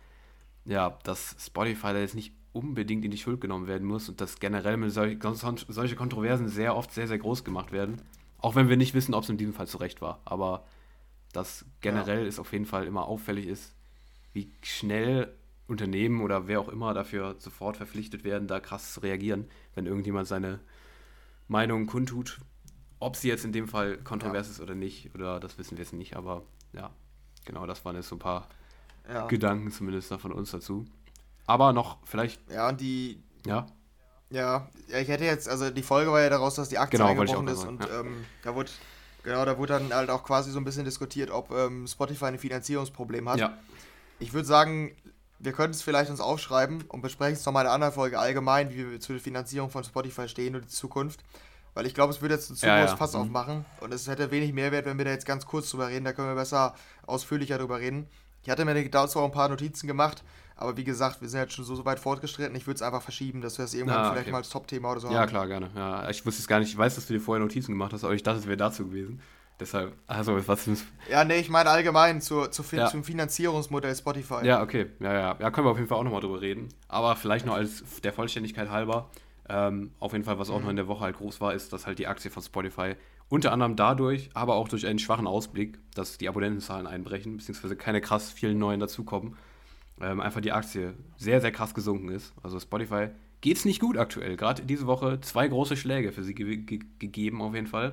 Spotify da jetzt nicht unbedingt in die Schuld genommen werden muss und dass generell mit solche Kontroversen sehr oft sehr, sehr groß gemacht werden. Auch wenn wir nicht wissen, ob es in diesem Fall zu Recht war. Aber dass generell es auf jeden Fall immer auffällig ist, wie schnell Unternehmen oder wer auch immer dafür sofort verpflichtet werden, da krass zu reagieren, wenn irgendjemand seine Meinung kundtut. Ob sie jetzt in dem Fall kontrovers ist oder nicht, oder das wissen wir jetzt nicht, aber ja, genau, das waren jetzt so ein paar Gedanken zumindest von uns dazu. Aber noch vielleicht... Ja, und die... Ja? Ja, ich hätte jetzt, also die Folge war ja daraus, dass die Aktie eingebrochen ist und da wurde dann halt auch quasi so ein bisschen diskutiert, ob Spotify ein Finanzierungsproblem hat. Ja. Ich würde sagen, wir könnten es vielleicht uns aufschreiben und besprechen es nochmal in einer anderen Folge allgemein, wie wir zur Finanzierung von Spotify stehen und die Zukunft. Weil ich glaube, es würde jetzt ein zu großes Fass aufmachen und es hätte wenig Mehrwert, wenn wir da jetzt ganz kurz drüber reden. Da können wir besser ausführlicher drüber reden. Ich hatte mir dazu auch ein paar Notizen gemacht, aber wie gesagt, wir sind jetzt schon so weit fortgeschritten. Ich würde es einfach verschieben, dass wir das irgendwann vielleicht mal als Top-Thema oder so haben. Ja, klar, gerne. Ja, ich wusste es gar nicht. Ich weiß, dass du dir vorher Notizen gemacht hast, aber ich dachte, es wäre dazu gewesen. Deshalb, also was ist... Ja, nee, ich meine allgemein zum Finanzierungsmodell Spotify. Ja, okay. Ja, können wir auf jeden Fall auch nochmal drüber reden. Aber vielleicht noch als der Vollständigkeit halber, auf jeden Fall, was auch noch in der Woche halt groß war, ist, dass halt die Aktie von Spotify unter anderem dadurch, aber auch durch einen schwachen Ausblick, dass die Abonnentenzahlen einbrechen, beziehungsweise keine krass vielen neuen dazukommen, einfach die Aktie sehr, sehr krass gesunken ist. Also Spotify geht's nicht gut aktuell. Gerade diese Woche 2 große Schläge für sie gegeben auf jeden Fall.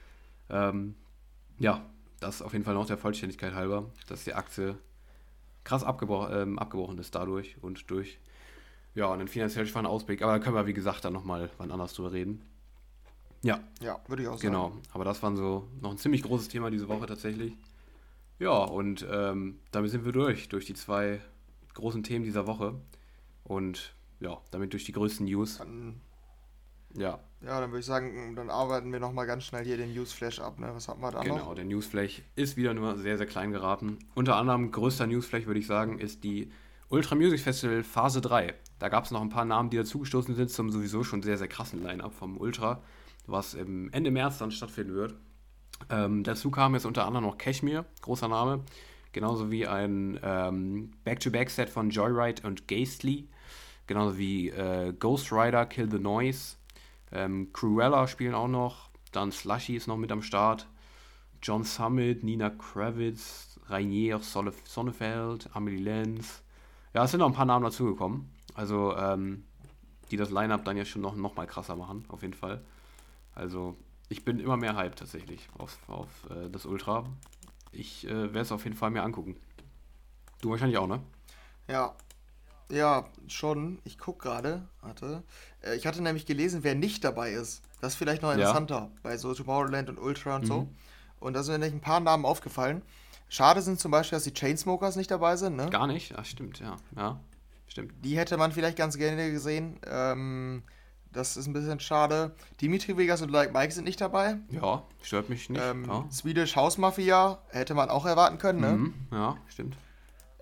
Das auf jeden Fall noch der Vollständigkeit halber, dass die Aktie krass abgebrochen ist dadurch und durch einen finanziell schwachen Ausblick. Aber da können wir, wie gesagt, dann nochmal wann anders drüber reden. Ja, würde ich auch sagen. Genau, aber das war so noch ein ziemlich großes Thema diese Woche tatsächlich. Ja, und damit sind wir durch die 2 großen Themen dieser Woche. Und ja, damit durch die größten News. Dann würde ich sagen, dann arbeiten wir nochmal ganz schnell hier den Newsflash ab. Ne? Was hatten wir da noch? Genau, der Newsflash ist wieder nur sehr, sehr klein geraten. Unter anderem größter Newsflash, würde ich sagen, ist die Ultra Music Festival Phase 3. Da gab es noch ein paar Namen, die dazugestoßen sind zum sowieso schon sehr, sehr krassen Line-Up vom Ultra, was im Ende März dann stattfinden wird. Dazu kam jetzt unter anderem noch Cashmere, großer Name, genauso wie ein Back-to-Back-Set von Joyride und Ghastly, genauso wie Ghost Rider, Kill the Noise, Cruella spielen auch noch, dann Slushy ist noch mit am Start, John Summit, Nina Kravitz, Rainier Sonnefeld, Amelie Lenz. Ja, es sind noch ein paar Namen dazugekommen, also die das Line-Up dann ja schon noch mal krasser machen, auf jeden Fall. Also ich bin immer mehr hyped tatsächlich auf das Ultra. Ich werde es auf jeden Fall mir angucken. Du wahrscheinlich auch, ne? Ja, schon. Ich gucke gerade. Warte. Ich hatte nämlich gelesen, wer nicht dabei ist. Das ist vielleicht noch interessanter. Bei so Tomorrowland und Ultra und so. Und da sind mir ein paar Namen aufgefallen. Schade sind zum Beispiel, dass die Chainsmokers nicht dabei sind, ne? Gar nicht? Ach, stimmt, ja. Ja, stimmt. Die hätte man vielleicht ganz gerne gesehen. Das ist ein bisschen schade. Dimitri Vegas und Like Mike sind nicht dabei. Ja, stört mich nicht. Swedish House Mafia hätte man auch erwarten können, ne? Ja, stimmt.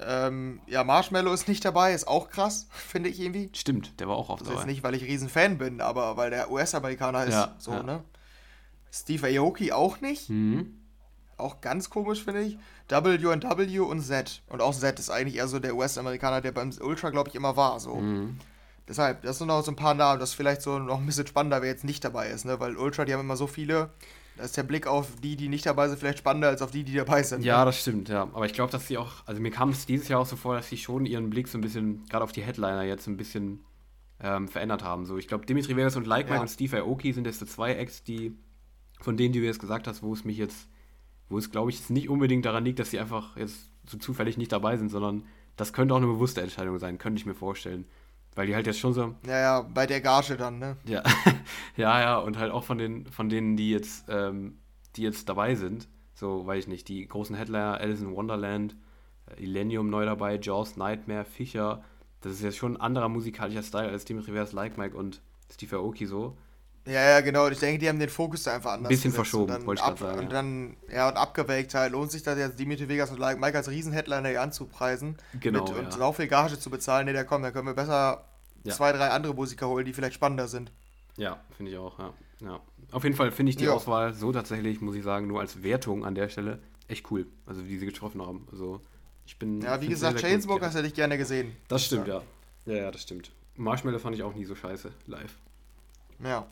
Ja, Marshmello ist nicht dabei, ist auch krass, finde ich irgendwie. Stimmt, der war auch oft Das ist dabei. jetzt nicht, weil ich Riesen-Fan bin, aber weil der US-Amerikaner ist, Ja, so, ja. ne? Steve Aoki auch nicht. Mhm. Auch ganz komisch, finde ich. W&W und Z. Und auch Z ist eigentlich eher so der US-Amerikaner, der beim Ultra, glaube ich, immer war, so. Mhm. Deshalb, das sind noch so ein paar Namen, das vielleicht so noch ein bisschen spannender, wer jetzt nicht dabei ist, ne? Weil Ultra, die haben immer so viele, da ist der Blick auf die nicht dabei sind, vielleicht spannender als auf die dabei sind, Ja, ne? das stimmt, ja. Aber ich glaube, dass sie auch, also mir kam es dieses Jahr auch so vor, dass sie schon ihren Blick so ein bisschen, gerade auf die Headliner jetzt ein bisschen verändert haben. So, ich glaube, Dimitri Vegas und Like Mike und Ja. Steve Aoki sind jetzt so zwei Acts, die, von denen, die du jetzt gesagt hast, wo es, glaube ich, jetzt nicht unbedingt daran liegt, dass sie einfach jetzt so zufällig nicht dabei sind, sondern das könnte auch eine bewusste Entscheidung sein, könnte ich mir vorstellen. Weil die halt jetzt schon so, Ja, ja, bei der Gage dann, ne? ja, ja, ja, und halt auch von denen, die jetzt dabei sind, so, weiß ich nicht, die großen Headliner, Alice in Wonderland, Illenium neu dabei, Jaws, Nightmare, Fischer, das ist jetzt schon ein anderer musikalischer Style als Dimitri Vegas, Like Mike und Steve Aoki so. Ja, ja, genau. Ich denke, die haben den Fokus da einfach Ein anders bisschen gesetzt und verschoben, dann wollte ich gerade sagen, und ja. dann, ja, und abgewägt halt. Lohnt sich das jetzt Dimitri Vegas und Like Mike als Riesen-Headliner hier anzupreisen Genau, und ja. so viel Gage zu bezahlen? Ne, der kommt, dann können wir besser Ja, 2, 3 andere Musiker holen, die vielleicht spannender sind. ja, finde ich auch, ja. Ja. Auf jeden Fall finde ich die Ja. Auswahl so tatsächlich, muss ich sagen, nur als Wertung an der Stelle echt cool. Also wie sie getroffen haben. Also Ja, wie finde es sehr, gesagt, sehr cool. Chainsmokers hätte ich gerne gesehen. Das Muss ich stimmt, sagen. ja. Ja, ja, das stimmt. Marshmallow fand ich auch nie so scheiße live. Ja.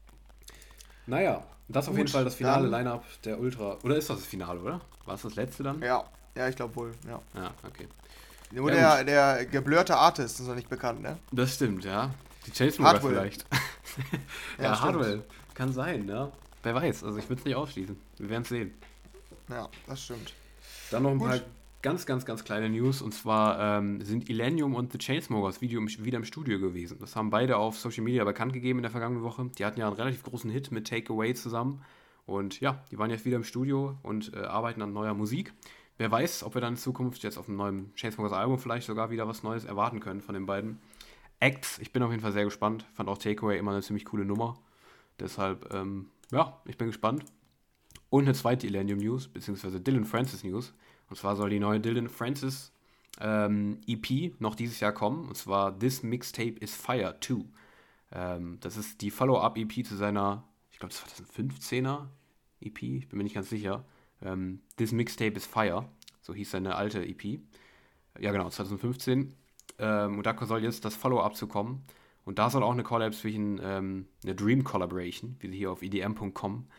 Naja, das auf jeden Gut, Fall das finale dann. Line-Up der Ultra. Oder ist das das Finale, oder? War es das letzte dann? Ja. Ja, ich glaube wohl, ja. Ja, okay. Nur Ja, gut. der geblurrte Artist ist noch nicht bekannt, ne? Das stimmt, ja. Die Chainsmoker Hardwell. vielleicht. Ja, Ja, stimmt. Hardwell. Kann sein, ja. Wer weiß. Also ich würde es nicht ausschließen. Wir werden es sehen. Ja, das stimmt. Dann noch ein paar Gut. ganz, ganz, ganz kleine News. Und zwar sind Illenium und The Chainsmokers wieder im Studio gewesen. Das haben beide auf Social Media bekannt gegeben in der vergangenen Woche. Die hatten ja einen relativ großen Hit mit Take Away zusammen. Und ja, die waren jetzt wieder im Studio und arbeiten an neuer Musik. Wer weiß, ob wir dann in Zukunft jetzt auf einem neuen Chainsmokers Album vielleicht sogar wieder was Neues erwarten können von den beiden Acts. Ich bin auf jeden Fall sehr gespannt. Fand auch Takeaway immer eine ziemlich coole Nummer. Deshalb, ja, ich bin gespannt. Und eine zweite Illenium News, beziehungsweise Dylan Francis News. Und zwar soll die neue Dylan Francis EP noch dieses Jahr kommen. Und zwar This Mixtape is Fire 2. Das ist die Follow-up-EP zu seiner, ich glaube, das war das ein 15er EP, ich bin mir nicht ganz sicher. This Mixtape is Fire, so hieß seine alte EP. Ja, genau, 2015. Und da soll jetzt das Follow-up zu kommen. Und da soll auch eine Collab zwischen, eine Dream Collaboration, wie sie hier auf edm.com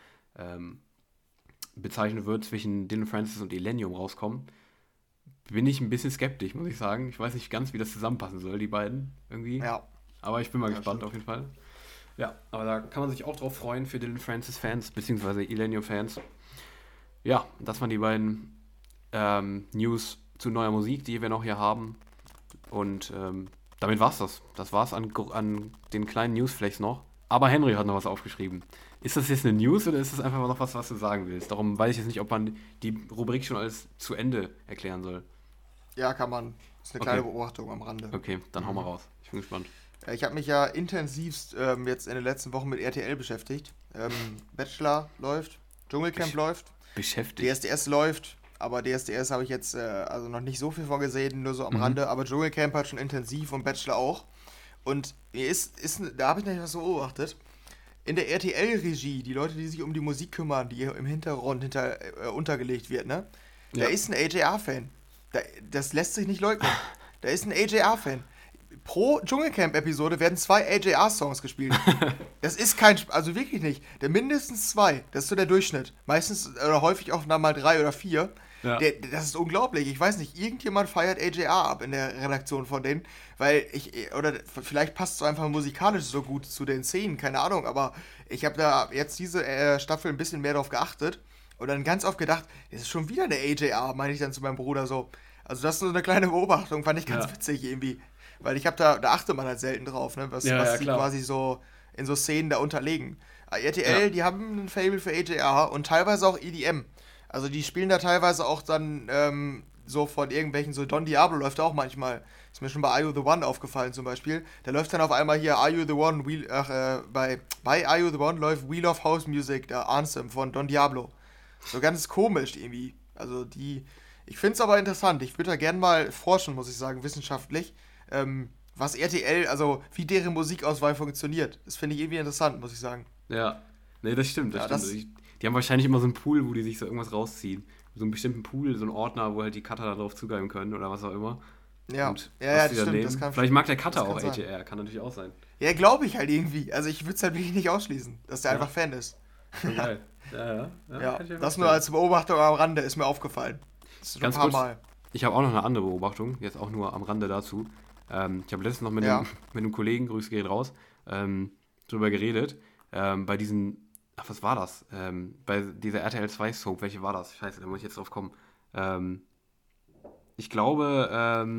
bezeichnet wird, zwischen Dylan Francis und Illenium rauskommen. Bin ich ein bisschen skeptisch, muss ich sagen. Ich weiß nicht ganz, wie das zusammenpassen soll, die beiden irgendwie. Ja. Aber ich bin mal Ja, gespannt stimmt. auf jeden Fall. Ja, aber da kann man sich auch drauf freuen für Dylan Francis-Fans, beziehungsweise Illenium-Fans. Ja, das waren die beiden News zu neuer Musik, die wir noch hier haben. Und damit war's das. Das war's an den kleinen Newsflächen noch. Aber Henry hat noch was aufgeschrieben. Ist das jetzt eine News oder ist das einfach noch was du sagen willst? Darum weiß ich jetzt nicht, ob man die Rubrik schon alles zu Ende erklären soll. Ja, kann man. Das ist eine Okay. kleine Beobachtung am Rande. Okay, dann hau mal raus. Ich bin gespannt. Ich habe mich ja intensivst jetzt in den letzten Wochen mit RTL beschäftigt. Bachelor läuft, Dschungelcamp läuft, Beschäftigt. DSDS läuft, aber DSDS habe ich jetzt also noch nicht so viel von gesehen, nur so am Mhm. Rande, aber Dschungelcamp hat schon intensiv und Bachelor auch. Und mir da habe ich nicht was so beobachtet. In der RTL-Regie, die Leute, die sich um die Musik kümmern, die im Hintergrund untergelegt wird, ne? Da Ja. ist ein AJR-Fan. Das lässt sich nicht leugnen. Da ist ein AJR-Fan. Pro Dschungelcamp-Episode werden 2 AJR-Songs gespielt. Das ist also wirklich nicht. Mindestens 2. Das ist so der Durchschnitt. Meistens oder häufig auch mal 3 oder 4. Ja. Das ist unglaublich. Ich weiß nicht, irgendjemand feiert AJR ab in der Redaktion von denen, weil oder vielleicht passt es einfach musikalisch so gut zu den Szenen, keine Ahnung, aber ich habe da jetzt diese Staffel ein bisschen mehr drauf geachtet und dann ganz oft gedacht, es ist schon wieder eine AJR, meine ich dann zu meinem Bruder so. Also das ist so eine kleine Beobachtung, fand ich ganz Ja. witzig irgendwie, weil ich habe da achtet man halt selten drauf, ne, was Ja, sie klar. quasi so in so Szenen da unterlegen. RTL, Ja. die haben ein Fable für AJR und teilweise auch EDM. Also die spielen da teilweise auch dann so von irgendwelchen, so Don Diablo läuft da auch manchmal. Ist mir schon bei Are You The One aufgefallen zum Beispiel. Da läuft dann auf einmal hier Are You The One, bei Are You The One läuft Wheel of House Music, der Anthem von Don Diablo. So ganz komisch irgendwie. Also Ich finde es aber interessant. Ich würde da gerne mal forschen, muss ich sagen, wissenschaftlich, was RTL, also wie deren Musikauswahl funktioniert. Das finde ich irgendwie interessant, muss ich sagen. Ja. Nee, das stimmt, das Ja, stimmt. Die haben wahrscheinlich immer so einen Pool, wo die sich so irgendwas rausziehen. So einen bestimmten Pool, so einen Ordner, wo halt die Cutter darauf zugreifen können oder was auch immer. ja, Und was das die dann stimmt. nehmen. Vielleicht mag der Das Cutter kann auch sein. ATR, kann natürlich auch sein. Ja, glaube ich halt irgendwie. Also ich würde es halt wirklich nicht ausschließen, dass der Ja, einfach Fan ist. schon geil. Ja, Ja, kann ich mir das nur vorstellen. als Beobachtung am Rande ist mir aufgefallen. Das ist schon ein Ganz paar kurz, Mal. ich habe auch noch eine andere Beobachtung, jetzt auch nur am Rande dazu. Ich habe letztens noch Ja, mit einem Kollegen, Grüße geht raus, drüber geredet. Bei diesen, was war das? Bei dieser RTL 2 Soap, welche war das? Scheiße, da muss ich jetzt drauf kommen. Ähm, ich glaube,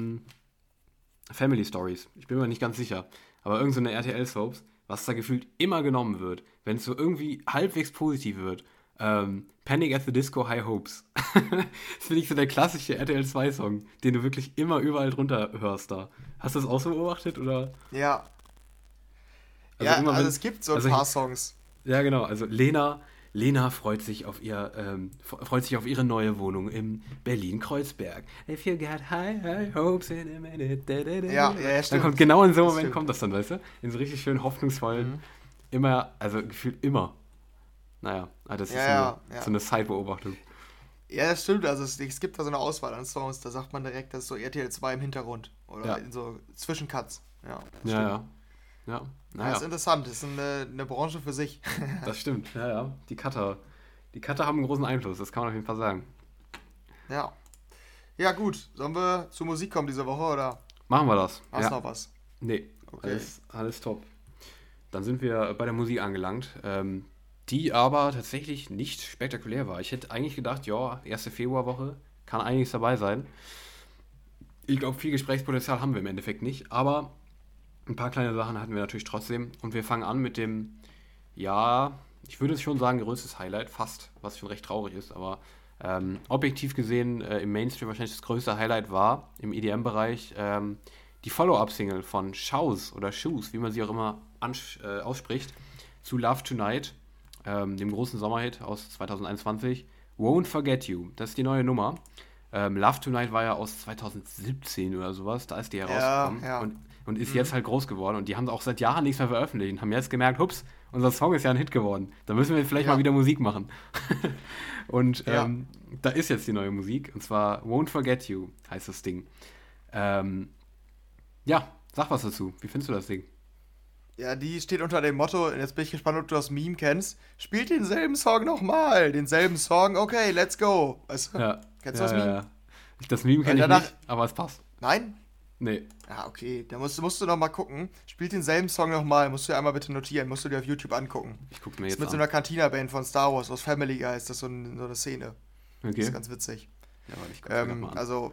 Family Stories. Ich bin mir nicht ganz sicher. Aber irgend so eine RTL-Soaps, was da gefühlt immer genommen wird, wenn es so irgendwie halbwegs positiv wird. Panic at the Disco, High Hopes. Das finde ich so der klassische RTL 2-Song, den du wirklich immer überall drunter hörst da. Hast du das auch so beobachtet? Oder? ja. Also Ja, immer also wenn. es gibt so ein Also paar Songs. ja, genau. Also Lena freut sich auf freut sich auf ihre neue Wohnung im Berlin-Kreuzberg. If you got high hopes in a minute. Da, da, da, Ja, da. ja, ja, Dann kommt stimmt. genau in so einem Das Moment stimmt. kommt das dann, weißt du? In so richtig schön hoffnungsvollen, Mhm. immer, also gefühlt immer. Naja, das ist Ja, ja, ja. so eine Side-Beobachtung. Ja, das stimmt. Also es gibt da so eine Auswahl an Songs, da sagt man direkt, das ist so RTL 2 im Hintergrund. Oder Ja, in so Zwischencuts. Ja, das ja, stimmt. ja. Ja, Ja, ist naja, interessant. Das ist eine Branche für sich. das stimmt. Ja, ja. Die Cutter haben einen großen Einfluss, das kann man auf jeden Fall sagen. Ja. Ja, gut. Sollen wir zur Musik kommen diese Woche oder Machen wir das. hast du Ja. noch was? Nee, Okay. alles top. Dann sind wir bei der Musik angelangt, die aber tatsächlich nicht spektakulär war. Ich hätte eigentlich gedacht, ja, erste Februarwoche kann einiges dabei sein. Ich glaube, viel Gesprächspotenzial haben wir im Endeffekt nicht, aber ein paar kleine Sachen hatten wir natürlich trotzdem. Und wir fangen an mit dem, ja, ich würde es schon sagen, größtes Highlight, fast, was schon recht traurig ist, aber objektiv gesehen im Mainstream wahrscheinlich das größte Highlight war im EDM-Bereich die Follow-up-Single von Shoes oder Shoes, wie man sie auch immer ausspricht, zu Love Tonight, dem großen Sommerhit aus 2021. Won't Forget You, das ist die neue Nummer. Love Tonight war ja aus 2017 oder sowas, da ist die Ja, herausgekommen ja. und ist Mhm. jetzt halt groß geworden und die haben auch seit Jahren nichts mehr veröffentlicht und haben jetzt gemerkt, hups, unser Song ist ja ein Hit geworden, da müssen wir jetzt vielleicht mal Ja, wieder Musik machen. Und ja. da ist jetzt die neue Musik und zwar Won't Forget You heißt das Ding. Ähm, ja, sag was dazu, wie findest du das Ding? Ja, die steht unter dem Motto, und jetzt bin ich gespannt, ob du das Meme kennst. Spielt denselben Song nochmal. Denselben Song, okay, let's go. Weißt du? Ja, Kennst du ja, das ja, Meme? ja. Das Meme Weil kenne ich danach. nicht, aber es passt. Nein? Nee, Ja, okay. Da musst du noch mal gucken. Spielt denselben Song nochmal. Musst du dir einmal bitte notieren. Musst du dir auf YouTube angucken. ich guck's mir Das ist jetzt mit so an. einer Cantina-Band von Star Wars aus Family Guy. Ist das so eine Szene. Das ist Okay. ganz witzig. Ja, warte, ich guck's mir grad mal an. Also,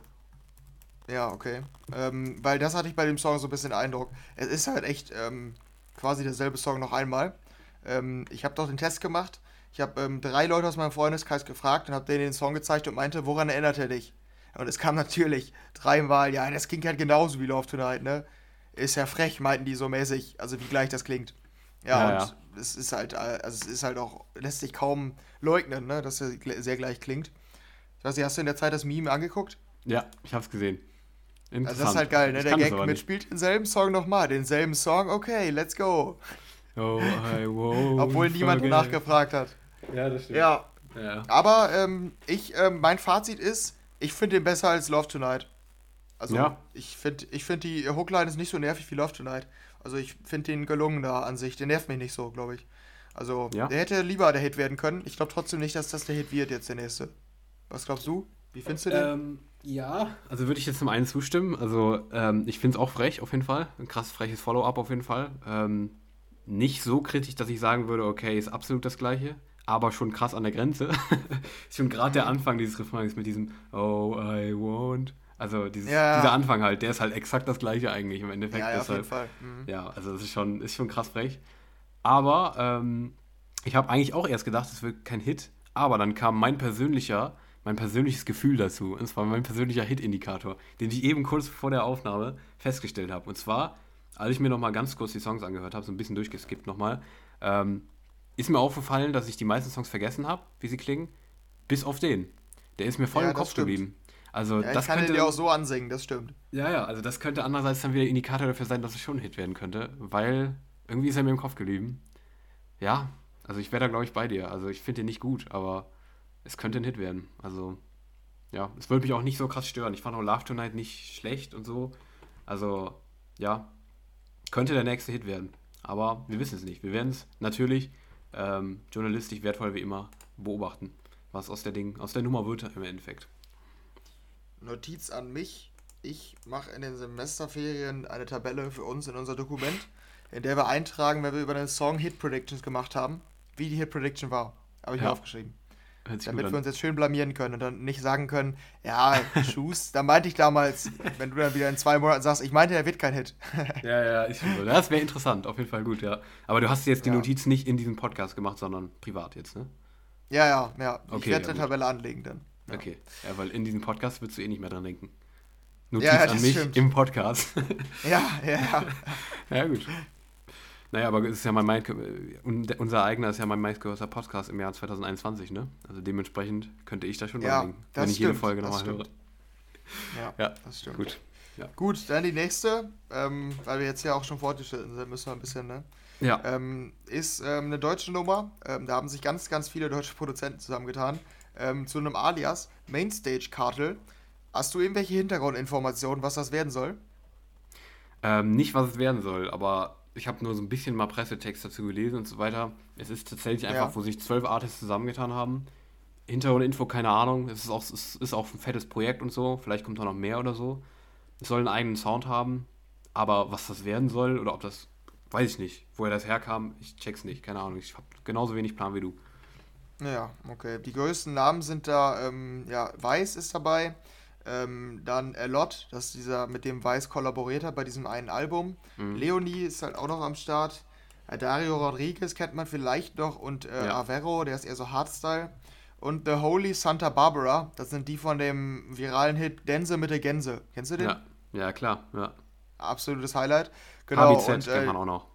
ja, okay. Weil das hatte ich bei dem Song so ein bisschen Eindruck. Es ist halt echt quasi derselbe Song noch einmal. Ich habe doch den Test gemacht. Ich habe 3 Leute aus meinem Freundeskreis gefragt und habe denen den Song gezeigt und meinte, woran erinnert er dich? Und es kam natürlich 3-mal, ja, das klingt halt genauso wie Love Tonight, ne? Ist ja frech, meinten die so mäßig, also wie gleich das klingt. Ja, Ja, und ja. es ist halt, also es ist halt auch, lässt sich kaum leugnen, ne, dass er sehr gleich klingt. Ich weiß nicht, hast du in der Zeit das Meme angeguckt? Ja, ich hab's gesehen. Also das ist Interessant. halt geil, ne? Ich Der kann das Gag aber mit nicht. spielt denselben Song nochmal, denselben Song, okay, let's go. Oh, I won't Obwohl niemand forget. nachgefragt hat. Ja, das stimmt. Ja, Ja. aber mein Fazit ist, ich finde den besser als Love Tonight. Also, Ja, ich find die Hookline ist nicht so nervig wie Love Tonight. Also, ich finde den gelungener an sich. Der nervt mich nicht so, glaube ich. Also, ja. der hätte lieber der Hit werden können. Ich glaube trotzdem nicht, dass das der Hit wird jetzt der nächste. Was glaubst du? Wie findest du den? Ja, also würde ich jetzt zum einen zustimmen. Also, ich finde es auch frech, auf jeden Fall. Ein krass freches Follow-up auf jeden Fall. Nicht so kritisch, dass ich sagen würde, okay, ist absolut das Gleiche, aber schon krass an der Grenze. Schon gerade der Mhm. Anfang dieses Refrains mit diesem Oh, I won't. Also dieser Ja, Anfang halt, der ist halt exakt das Gleiche eigentlich im ja, Endeffekt. ja, auf jeden Deshalb, Fall. Mhm. ja, also das ist schon krass frech. Aber ich habe eigentlich auch erst gedacht, es wird kein Hit. Aber dann kam mein persönliches Gefühl dazu. Und zwar mein persönlicher Hit-Indikator, den ich eben kurz vor der Aufnahme festgestellt habe. Und zwar, als ich mir nochmal ganz kurz die Songs angehört habe, so ein bisschen durchgeskippt nochmal, ähm, ist mir aufgefallen, dass ich die meisten Songs vergessen habe, wie sie klingen, bis auf den. Der ist mir voll Ja, im das Kopf stimmt. geblieben. Also Ja, ich das kann könnte den ja auch so ansingen, das stimmt. Ja, also das könnte andererseits dann wieder Indikator dafür sein, dass es schon ein Hit werden könnte, weil irgendwie ist er mir im Kopf geblieben. Ja, also ich wäre da glaube ich bei dir. Also ich finde den nicht gut, aber es könnte ein Hit werden. Also ja, es würde mich auch nicht so krass stören. Ich fand auch Love Tonight nicht schlecht und so. Also ja, könnte der nächste Hit werden. Aber wir wissen es nicht. Wir werden es natürlich journalistisch wertvoll wie immer beobachten, was aus der Nummer wird im Endeffekt. Notiz an mich. Ich mache in den Semesterferien eine Tabelle für uns in unser Dokument, in der wir eintragen, wenn wir über den Song Hit Predictions gemacht haben, wie die Hit Prediction war. Habe ich mir Ja, aufgeschrieben. hört sich gut Damit wir an. uns jetzt schön blamieren können und dann nicht sagen können, ja, Schuss, da meinte ich damals, wenn du dann wieder in 2 Monaten sagst, ich meinte, er wird kein Hit. Ja, ja, ich finde, das wäre interessant, auf jeden Fall gut, ja. Aber du hast jetzt die Ja, Notiz nicht in diesem Podcast gemacht, sondern privat jetzt, ne? ja. Ich Okay, werde ja eine gut. Tabelle anlegen dann. Ja, Okay. Ja, weil in diesem Podcast würdest du eh nicht mehr dran denken. ja, Notiz ja, an das mich stimmt. im Podcast. Ja. Ja, gut. Naja, aber es ist ja unser eigener ist ja mein meistgehörter Podcast im Jahr 2021, ne? Also dementsprechend könnte ich da schon dran Ja, denken, wenn das ich jede stimmt. Folge Das nochmal höre. stimmt. Ja, Ja, das stimmt. gut. Ja. Gut, dann die nächste, weil wir jetzt ja auch schon fortgeschritten sind, müssen wir ein bisschen, ne? Ja. Ist eine deutsche Nummer. Da haben sich ganz, ganz viele deutsche Produzenten zusammengetan. Zu einem Alias, Mainstage Cartel. Hast du irgendwelche Hintergrundinformationen, was das werden soll? Nicht, was es werden soll, aber ich habe nur so ein bisschen mal Pressetext dazu gelesen und so weiter. Es ist tatsächlich einfach, Ja. wo sich 12 Artists zusammengetan haben. Hintergrundinfo, keine Ahnung. Es ist auch ein fettes Projekt und so. Vielleicht kommt da noch mehr oder so. Es soll einen eigenen Sound haben. Aber was das werden soll oder ob das, weiß ich nicht. Woher das herkam, ich check's nicht. Keine Ahnung. Ich habe genauso wenig Plan wie du. Ja, okay. Die größten Namen sind da, ja, Weiß ist dabei. Dann Lot, das ist dieser, mit dem Weiß kollaboriert hat bei diesem einen Album. Mhm. Leonie ist halt auch noch am Start. Dario Rodriguez kennt man vielleicht noch und Ja, Avero, der ist eher so Hardstyle. Und The Holy Santa Barbara, das sind die von dem viralen Hit Dänse mit der Gänse. Kennst du den? ja, ja, klar. Ja. Absolutes Highlight. Genau, und HBZ kennt man auch noch.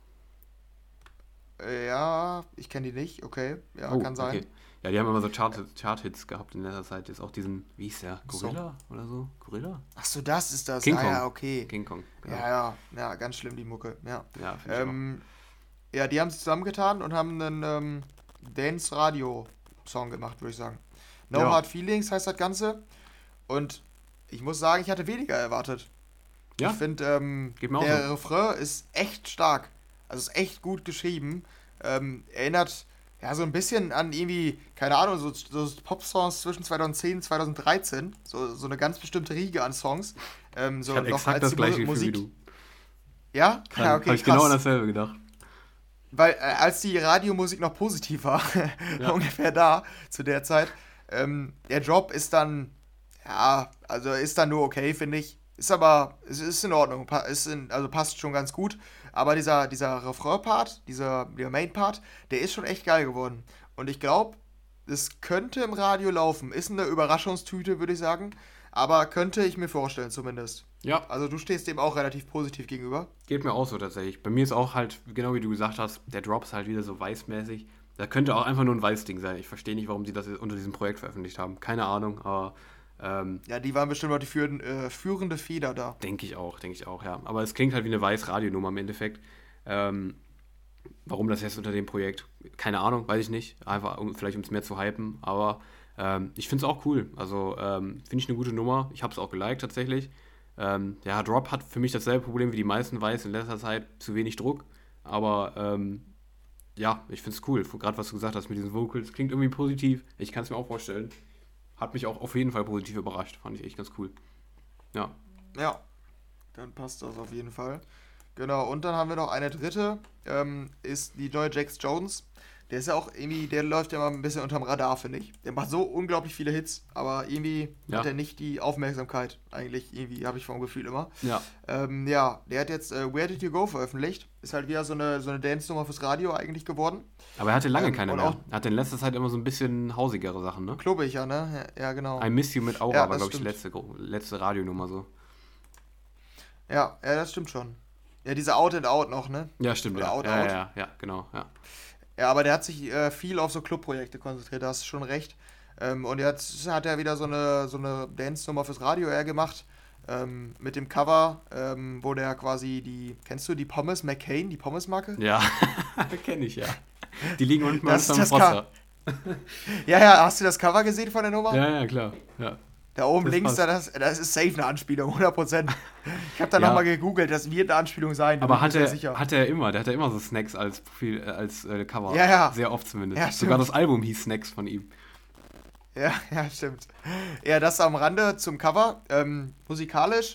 ja, ich kenne die nicht, okay, ja, Oh, kann sein. okay. Ja, die haben immer so Chart-Hits gehabt in letzter Zeit. Jetzt auch diesen, wie hieß der? So. Gorilla oder so? Gorilla? Ach so, das ist das. King Ja, ja, Kong. okay. King Kong, genau. Ja, ganz schlimm die Mucke, ja. Ja, finde ich auch. Ja, die haben sich zusammengetan und haben einen Dance-Radio-Song gemacht, würde ich sagen. No Ja, Hard Feelings heißt das Ganze. Und ich muss sagen, ich hatte weniger erwartet. Ich ja, finde, geht mir auch so. der Refrain ist echt stark. Also ist echt gut geschrieben. Erinnert ja so ein bisschen an irgendwie, keine Ahnung, so Pop-Songs zwischen 2010 und 2013. So eine ganz bestimmte Riege an Songs. Ich So hatte noch exakt als das die gleiche Gefühl wie Musik. du. Ja? Ja, Habe okay, ich genau an krass. dasselbe gedacht. Weil als die Radiomusik noch positiv war, Ja, ungefähr da, zu der Zeit, der Drop ist dann, ja, also ist dann nur okay, finde ich. Ist aber, es ist in Ordnung, also passt schon ganz gut. Aber dieser Refrain-Part, der Main-Part, der ist schon echt geil geworden. Und ich glaube, es könnte im Radio laufen. Ist eine Überraschungstüte, würde ich sagen. Aber könnte ich mir vorstellen, zumindest. ja, Also du stehst dem auch relativ positiv gegenüber. geht mir auch so tatsächlich. Bei mir ist auch halt, genau wie du gesagt hast, der Drop ist halt wieder so weißmäßig. Da könnte auch einfach nur ein Weiß-Ding sein. Ich verstehe nicht, warum sie das unter diesem Projekt veröffentlicht haben. Keine Ahnung, aber Ja, die waren bestimmt auch die führende Feder da. denke ich auch, ja. Aber es klingt halt wie eine Weiß-Radionummer im Endeffekt. Ähm, Warum das jetzt unter dem Projekt, keine Ahnung, weiß ich nicht. Einfach, vielleicht um es mehr zu hypen. Aber ich finde es auch cool. Also finde ich eine gute Nummer. Ich habe es auch geliked tatsächlich. Ja, Drop hat für mich dasselbe Problem wie die meisten Weiß in letzter Zeit. Zu wenig Druck. Aber ja, ich finde es cool. Gerade was du gesagt hast mit diesen Vocals. Klingt irgendwie positiv. Ich kann es mir auch vorstellen. Hat mich auch auf jeden Fall positiv überrascht. Fand ich echt ganz cool. Ja. Ja, dann passt das auf jeden Fall. Genau, und dann haben wir noch eine dritte, ist die neue Jax Jones. Der ist ja auch irgendwie, der läuft ja mal ein bisschen unterm Radar, finde ich. Der macht so unglaublich viele Hits, aber irgendwie hat Ja. er nicht die Aufmerksamkeit. Eigentlich, irgendwie, habe ich vom Gefühl immer. Ja. Ja, der hat jetzt Where Did You Go veröffentlicht. Ist halt wieder so eine Dance-Nummer fürs Radio eigentlich geworden. Aber er hatte lange keine Und mehr. auch Er hatte in letzter Zeit immer so ein bisschen hausigere Sachen, ne? klubbig, ja, ne? Ja, genau. I Miss You mit Aura Ja, war, das glaube ich, die stimmt. letzte Radionummer so. Ja, das stimmt schon. Ja, diese Out and Out noch, ne? Ja, stimmt, Oder ja. Out Ja, ja, Out. ja, ja, genau, ja. Ja, aber der hat sich viel auf so Clubprojekte konzentriert, da hast du schon recht. Und jetzt hat er wieder so eine Dance-Nummer fürs Radio gemacht. Mit dem Cover, wo der quasi kennst du die Pommes McCain, die Pommes-Marke? Ja, kenne ich, ja. Die liegen unten bei Das uns ist am das Froster. Ja, hast du das Cover gesehen von der Nummer? Ja, klar. Ja. Da oben Das links, passt. das ist safe eine Anspielung, 100%. Ich habe da Ja. nochmal gegoogelt, das wird eine Anspielung sein. da Aber bin ich mir der sicher. hat er immer so Snacks als Profil, als Cover. Ja, ja. Sehr oft zumindest. Ja, Sogar stimmt. das Album hieß Snacks von ihm. Ja, ja, stimmt. Ja, das am Rande zum Cover. Musikalisch,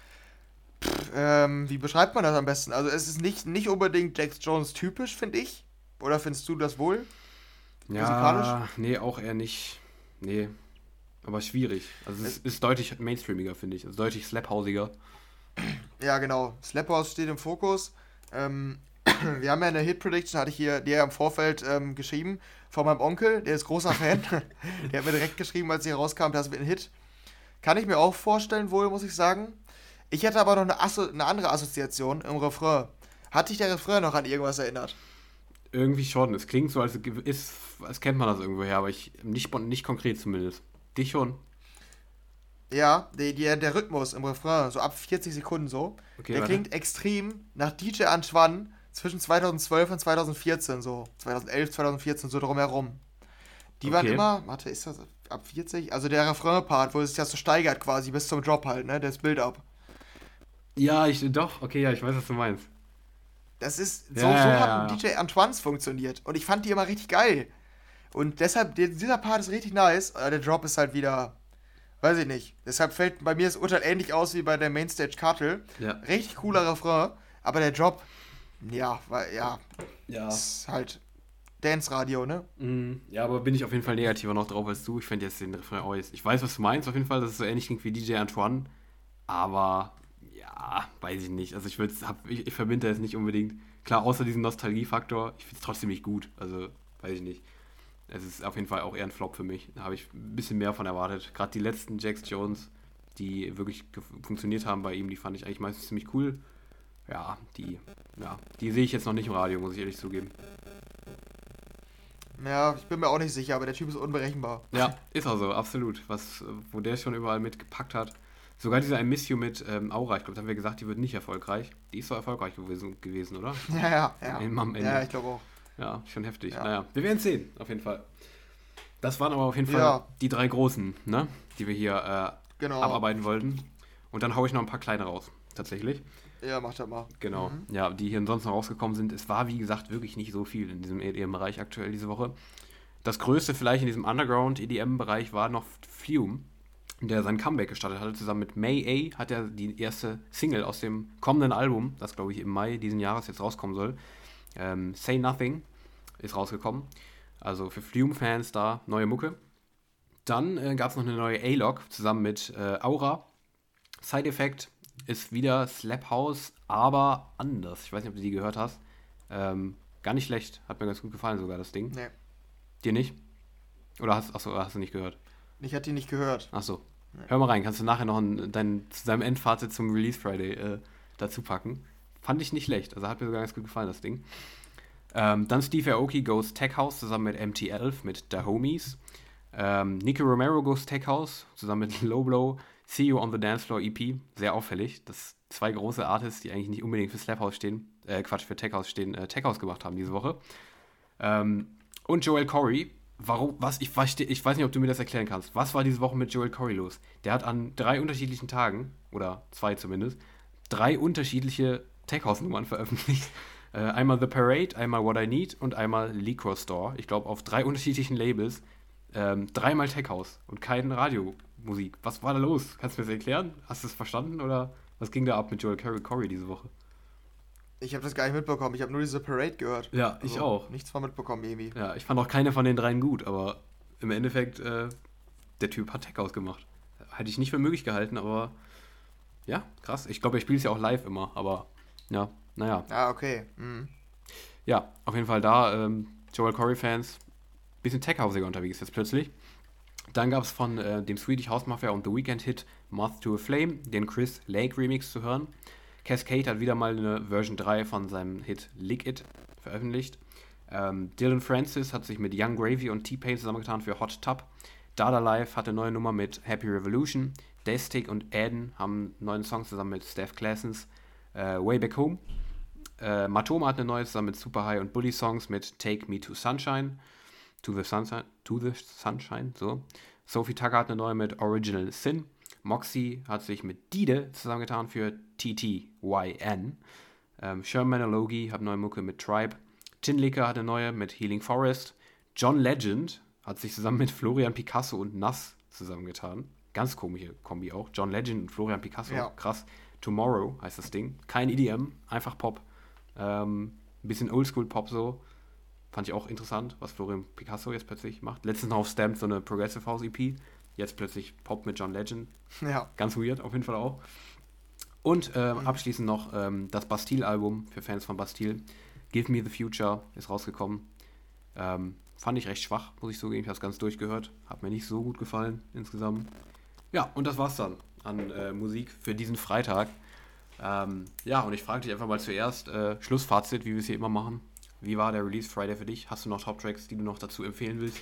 wie beschreibt man das am besten? Also es ist nicht unbedingt Jax Jones typisch, finde ich. Oder findest du das wohl? Musikalisch? Ja, nee, auch eher nicht. Nee, aber schwierig. Also es ist deutlich mainstreamiger, finde ich. Also deutlich slaphausiger. Ja, genau. Slap House steht im Fokus. Wir haben ja eine Hit-Prediction, hatte ich dir im Vorfeld geschrieben, von meinem Onkel, der ist großer Fan. Der hat mir direkt geschrieben, als sie rauskam, das wird ein Hit. Kann ich mir auch vorstellen, wohl, muss ich sagen. Ich hatte aber noch eine andere Assoziation im Refrain. Hat dich der Refrain noch an irgendwas erinnert? Irgendwie schon. Es klingt so, als kennt man das irgendwoher, aber nicht konkret zumindest. Dich schon? Ja, der Rhythmus im Refrain, so ab 40 Sekunden so, Okay, der warte. klingt extrem nach DJ Antoine zwischen 2012 und 2014, so 2011, 2014, so drumherum. Die waren Okay. immer, warte, ist das ab 40? Also der Refrain-Part, wo es sich das so steigert quasi bis zum Drop halt, ne, das Build-up. Ja, doch. Okay, ja, ich weiß, was du meinst. Das ist, Ja, so ja, hat ja. DJ Antoines funktioniert. Und ich fand die immer richtig geil. Und deshalb, dieser Part ist richtig nice. Der Drop ist halt wieder, weiß ich nicht. Deshalb fällt bei mir das Urteil ähnlich aus wie bei der Mainstage Cartel. Ja. Richtig cooler Refrain. Aber der Drop, ja, Ja. ist halt Dance-Radio, ne? Ja, aber bin ich auf jeden Fall negativer noch drauf als du. Ich fände jetzt den Refrain auch jetzt. Ich weiß, was du meinst, auf jeden Fall, dass es so ähnlich klingt wie DJ Antoine. Aber, ja, weiß ich nicht. Also ich verbinde das nicht unbedingt. Klar, außer diesem Nostalgiefaktor, ich finde es trotzdem nicht gut. Also, weiß ich nicht. Es ist auf jeden Fall auch eher ein Flop für mich. Da habe ich ein bisschen mehr von erwartet. Gerade die letzten Jax Jones, die wirklich funktioniert haben bei ihm, die fand ich eigentlich meistens ziemlich cool. Ja, die sehe ich jetzt noch nicht im Radio, muss ich ehrlich zugeben. Ja, ich bin mir auch nicht sicher, aber der Typ ist unberechenbar. Ja, ist auch so, absolut. Wo der schon überall mitgepackt hat. Sogar dieser I Miss You mit Aura, ich glaube, da haben wir gesagt, die wird nicht erfolgreich. Die ist so erfolgreich gewesen, oder? Ja. Am Ende. Ja, ich glaube auch. Ja, schon heftig. Ja. Naja, wir werden es sehen, auf jeden Fall. Das waren aber auf jeden Fall Ja. die 3 großen, ne? Die wir hier Genau. abarbeiten wollten. Und dann haue ich noch ein paar kleine raus, tatsächlich. Ja, mach das mal. Genau. Ja, die hier sonst noch rausgekommen sind. Es war, wie gesagt, wirklich nicht so viel in diesem EDM-Bereich aktuell diese Woche. Das größte vielleicht in diesem Underground-EDM-Bereich war noch Flume, der sein Comeback gestartet hatte. Zusammen mit May A hat er die erste Single aus dem kommenden Album, das glaube ich im Mai diesen Jahres jetzt rauskommen soll. Say Nothing ist rausgekommen. Also für Flume-Fans da neue Mucke. Dann gab es noch eine neue A-Log zusammen mit Aura. Side Effect ist wieder Slap House, aber anders. Ich weiß nicht, ob du die gehört hast. Gar nicht schlecht. Hat mir ganz gut gefallen sogar, das Ding. Nee, Dir nicht? Oder hast du nicht gehört? ich hatte die nicht gehört. Achso. Nee. Hör mal rein, kannst du nachher noch zu deinem Endfazit zum Release Friday dazu packen. Fand ich nicht schlecht. Also hat mir sogar ganz gut gefallen, das Ding. Dann Steve Aoki Goes Tech House zusammen mit MT11 mit The Homies. Nicky Romero Goes Tech House zusammen mit Low Blow. See You on the Dance Floor EP. Sehr auffällig, dass 2 große Artists, die eigentlich nicht unbedingt für Slap House stehen, für Tech House stehen, Tech House gemacht haben diese Woche. Und Joel Corey. Ich weiß nicht, ob du mir das erklären kannst. Was war diese Woche mit Joel Corey los? Der hat an 3 unterschiedlichen Tagen, oder 2 zumindest, 3 unterschiedliche Tech-House-Nummern veröffentlicht. Einmal The Parade, einmal What I Need und einmal Liquor Store. Ich glaube, auf 3 unterschiedlichen Labels. 3-mal Tech-House und keine Radiomusik. Was war da los? Kannst du mir das erklären? Hast du es verstanden oder was ging da ab mit Joel Corey diese Woche? Ich habe das gar nicht mitbekommen. Ich habe nur diese Parade gehört. Ja, ich auch. Nichts von mitbekommen irgendwie. Ja, ich fand auch keine von den 3 gut, aber im Endeffekt, der Typ hat Tech ausgemacht. Hätte ich nicht für möglich gehalten, aber ja, krass. Ich glaube, er spielt es ja auch live immer, aber ja, naja. Ah, okay. Mhm. Ja, auf jeden Fall da, Joel Corey-Fans, bisschen Tech-Hausiger unterwegs jetzt plötzlich. Dann gab es von dem Swedish House Mafia und The Weeknd-Hit Moth to a Flame, den Chris Lake Remix zu hören. Cascade hat wieder mal eine Version 3 von seinem Hit Lick It veröffentlicht. Dylan Francis hat sich mit Young Gravy und T-Pain zusammengetan für Hot Tub. Dada Life hat eine neue Nummer mit Happy Revolution. Daystic und Aden haben einen neuen Song zusammen mit Steph Classens, Way Back Home. Matoma hat eine neue zusammen mit Super High und Bully Songs mit Take Me to Sunshine. To the Sunshine, so. Sophie Tucker hat eine neue mit Original Sin. Moxie hat sich mit Dide zusammengetan für TTYN. Sherman Analogy hat eine neue Mucke mit Tribe. Tin Licker hat eine neue mit Healing Forest. John Legend hat sich zusammen mit Florian Picasso und Nas zusammengetan. Ganz komische Kombi auch. John Legend und Florian Picasso, ja. Krass. Tomorrow heißt das Ding. Kein EDM, einfach Pop. Ein bisschen Oldschool-Pop so. Fand ich auch interessant, was Florian Picasso jetzt plötzlich macht. Letztens noch auf Stamped so eine Progressive House EP. Jetzt plötzlich Pop mit John Legend. Ja. Ganz weird, auf jeden Fall auch. Und abschließend noch das Bastille-Album für Fans von Bastille. Give Me the Future ist rausgekommen. Fand ich recht schwach, muss ich zugeben. Ich habe es ganz durchgehört. Hat mir nicht so gut gefallen insgesamt. Ja, und das war's dann an Musik für diesen Freitag. Ja, und ich frage dich einfach mal zuerst, Schlussfazit, wie wir es hier immer machen. Wie war der Release Friday für dich? Hast du noch Top-Tracks, die du noch dazu empfehlen willst?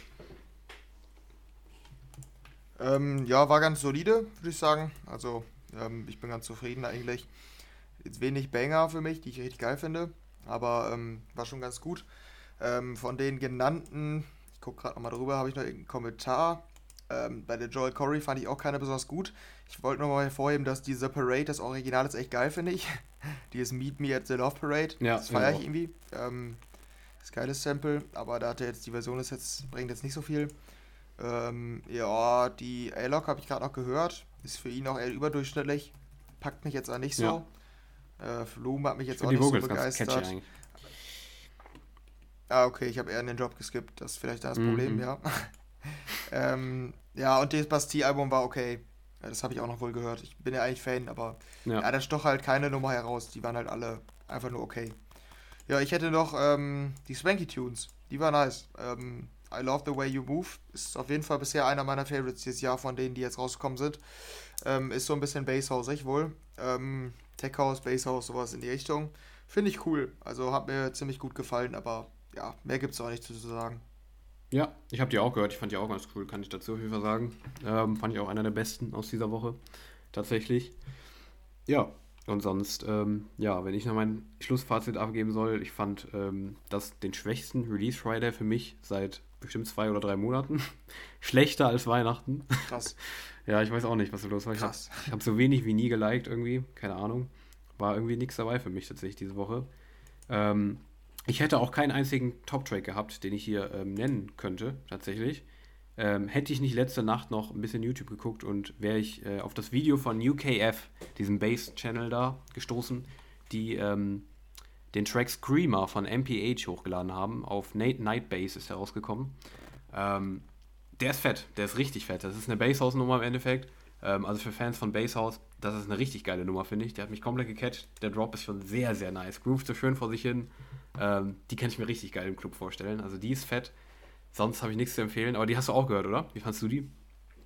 Ja, war ganz solide, würde ich sagen. Also, ich bin ganz zufrieden eigentlich. Jetzt wenig Banger für mich, die ich richtig geil finde. Aber war schon ganz gut. Von den genannten, ich gucke gerade nochmal drüber, habe ich noch irgendeinen Kommentar. Bei der Joel Corey fand ich auch keine besonders gut. Ich wollte nochmal hervorheben, dass die The Parade, das Original ist echt geil, finde ich. Die ist Meet Me at the Love Parade. Ja, das feiere ich irgendwie. Das geiles Sample, aber da hat er jetzt, die Version bringt jetzt nicht so viel. Ja, die A-Lock habe ich gerade noch gehört. Ist für ihn auch eher überdurchschnittlich. Packt mich jetzt auch nicht so. Flume hat mich jetzt auch nicht so begeistert. Okay, ich habe eher den Job geskippt. Das ist vielleicht das Problem, ja. Ja, und das Bastille-Album war okay. Ja, das habe ich auch noch wohl gehört. Ich bin ja eigentlich Fan, aber da stoch halt keine Nummer heraus. Die waren halt alle einfach nur okay. Ja, ich hätte noch die Swanky Tunes. Die war nice. I Love the Way You Move. Ist auf jeden Fall bisher einer meiner Favorites dieses Jahr von denen, die jetzt rausgekommen sind. Ist so ein bisschen Basshausig wohl. Tech House, Basshouse, sowas in die Richtung. Finde ich cool. Also hat mir ziemlich gut gefallen, aber ja, mehr gibt es auch nicht zu sagen. Ja, ich habe die auch gehört. Ich fand die auch ganz cool, kann ich dazu auf jeden Fall sagen. Fand ich auch einer der besten aus dieser Woche. Tatsächlich. Ja, und sonst, ja, wenn ich noch mein Schlussfazit abgeben soll, ich fand das den schwächsten Release Friday für mich seit bestimmt 2 oder 3 Monaten. Schlechter als Weihnachten. Krass. Ja, ich weiß auch nicht, was so los war. Krass. Ich habe so wenig wie nie geliked irgendwie. Keine Ahnung. War irgendwie nichts dabei für mich tatsächlich diese Woche. Ich hätte auch keinen einzigen Top-Track gehabt, den ich hier nennen könnte, tatsächlich. Hätte ich nicht letzte Nacht noch ein bisschen YouTube geguckt und wäre ich auf das Video von UKF, diesem Bass-Channel da, gestoßen, die den Track Screamer von MPH hochgeladen haben. Auf Night Bass ist der rausgekommen. Der ist fett, der ist richtig fett. Das ist eine Basshouse-Nummer im Endeffekt. Also für Fans von Basshouse, das ist eine richtig geile Nummer, finde ich. Der hat mich komplett gecatcht. Der Drop ist schon sehr, sehr nice. Grooved so schön vor sich hin. Die kann ich mir richtig geil im Club vorstellen. Also die ist fett. Sonst habe ich nichts zu empfehlen. Aber die hast du auch gehört, oder? Wie fandst du die?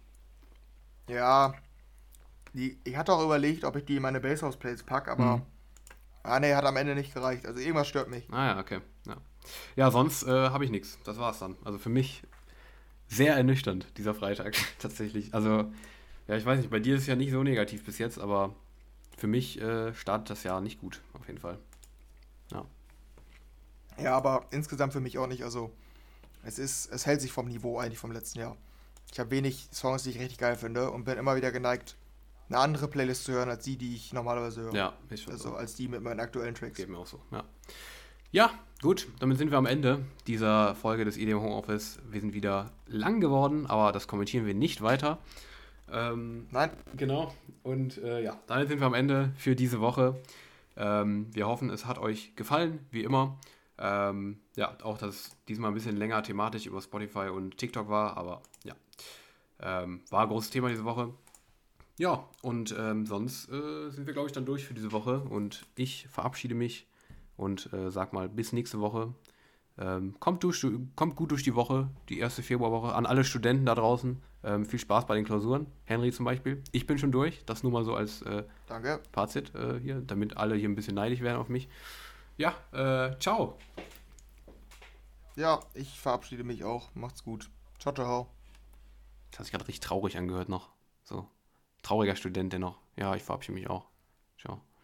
Ja, ich hatte auch überlegt, ob ich die in meine Basshouse-Plays packe, aber nee, hat am Ende nicht gereicht. Also irgendwas stört mich. Ah ja, okay. Ja, sonst habe ich nichts. Das war's dann. Also für mich sehr ernüchternd, dieser Freitag tatsächlich. Also, ja, ich weiß nicht, bei dir ist es ja nicht so negativ bis jetzt, aber für mich startet das Jahr nicht gut, auf jeden Fall. Ja. Ja, aber insgesamt für mich auch nicht. Also, es hält sich vom Niveau eigentlich vom letzten Jahr. Ich habe wenig Songs, die ich richtig geil finde und bin immer wieder geneigt, eine andere Playlist zu hören, als die ich normalerweise höre. Ja, ist schon also so. Als die mit meinen aktuellen Tracks. Geht mir auch so, ja. Ja, gut, damit sind wir am Ende dieser Folge des EDM Homeoffice. Wir sind wieder lang geworden, aber das kommentieren wir nicht weiter. Nein. Genau, und ja, damit sind wir am Ende für diese Woche. Wir hoffen, es hat euch gefallen, wie immer. Ja, auch, dass es diesmal ein bisschen länger thematisch über Spotify und TikTok war, aber ja, war ein großes Thema diese Woche. Ja, und sonst sind wir, glaube ich, dann durch für diese Woche und ich verabschiede mich und sag mal bis nächste Woche. Kommt gut durch die Woche, die erste Februarwoche. An alle Studenten da draußen, viel Spaß bei den Klausuren. Henry zum Beispiel. Ich bin schon durch, das nur mal so als Danke. Fazit hier, damit alle hier ein bisschen neidisch werden auf mich. Ja, ciao. Ja, ich verabschiede mich auch. Macht's gut. Ciao, ciao. Das hat sich gerade richtig traurig angehört noch. So, trauriger Student dennoch. Ja, ich verabschiede mich auch. Ciao.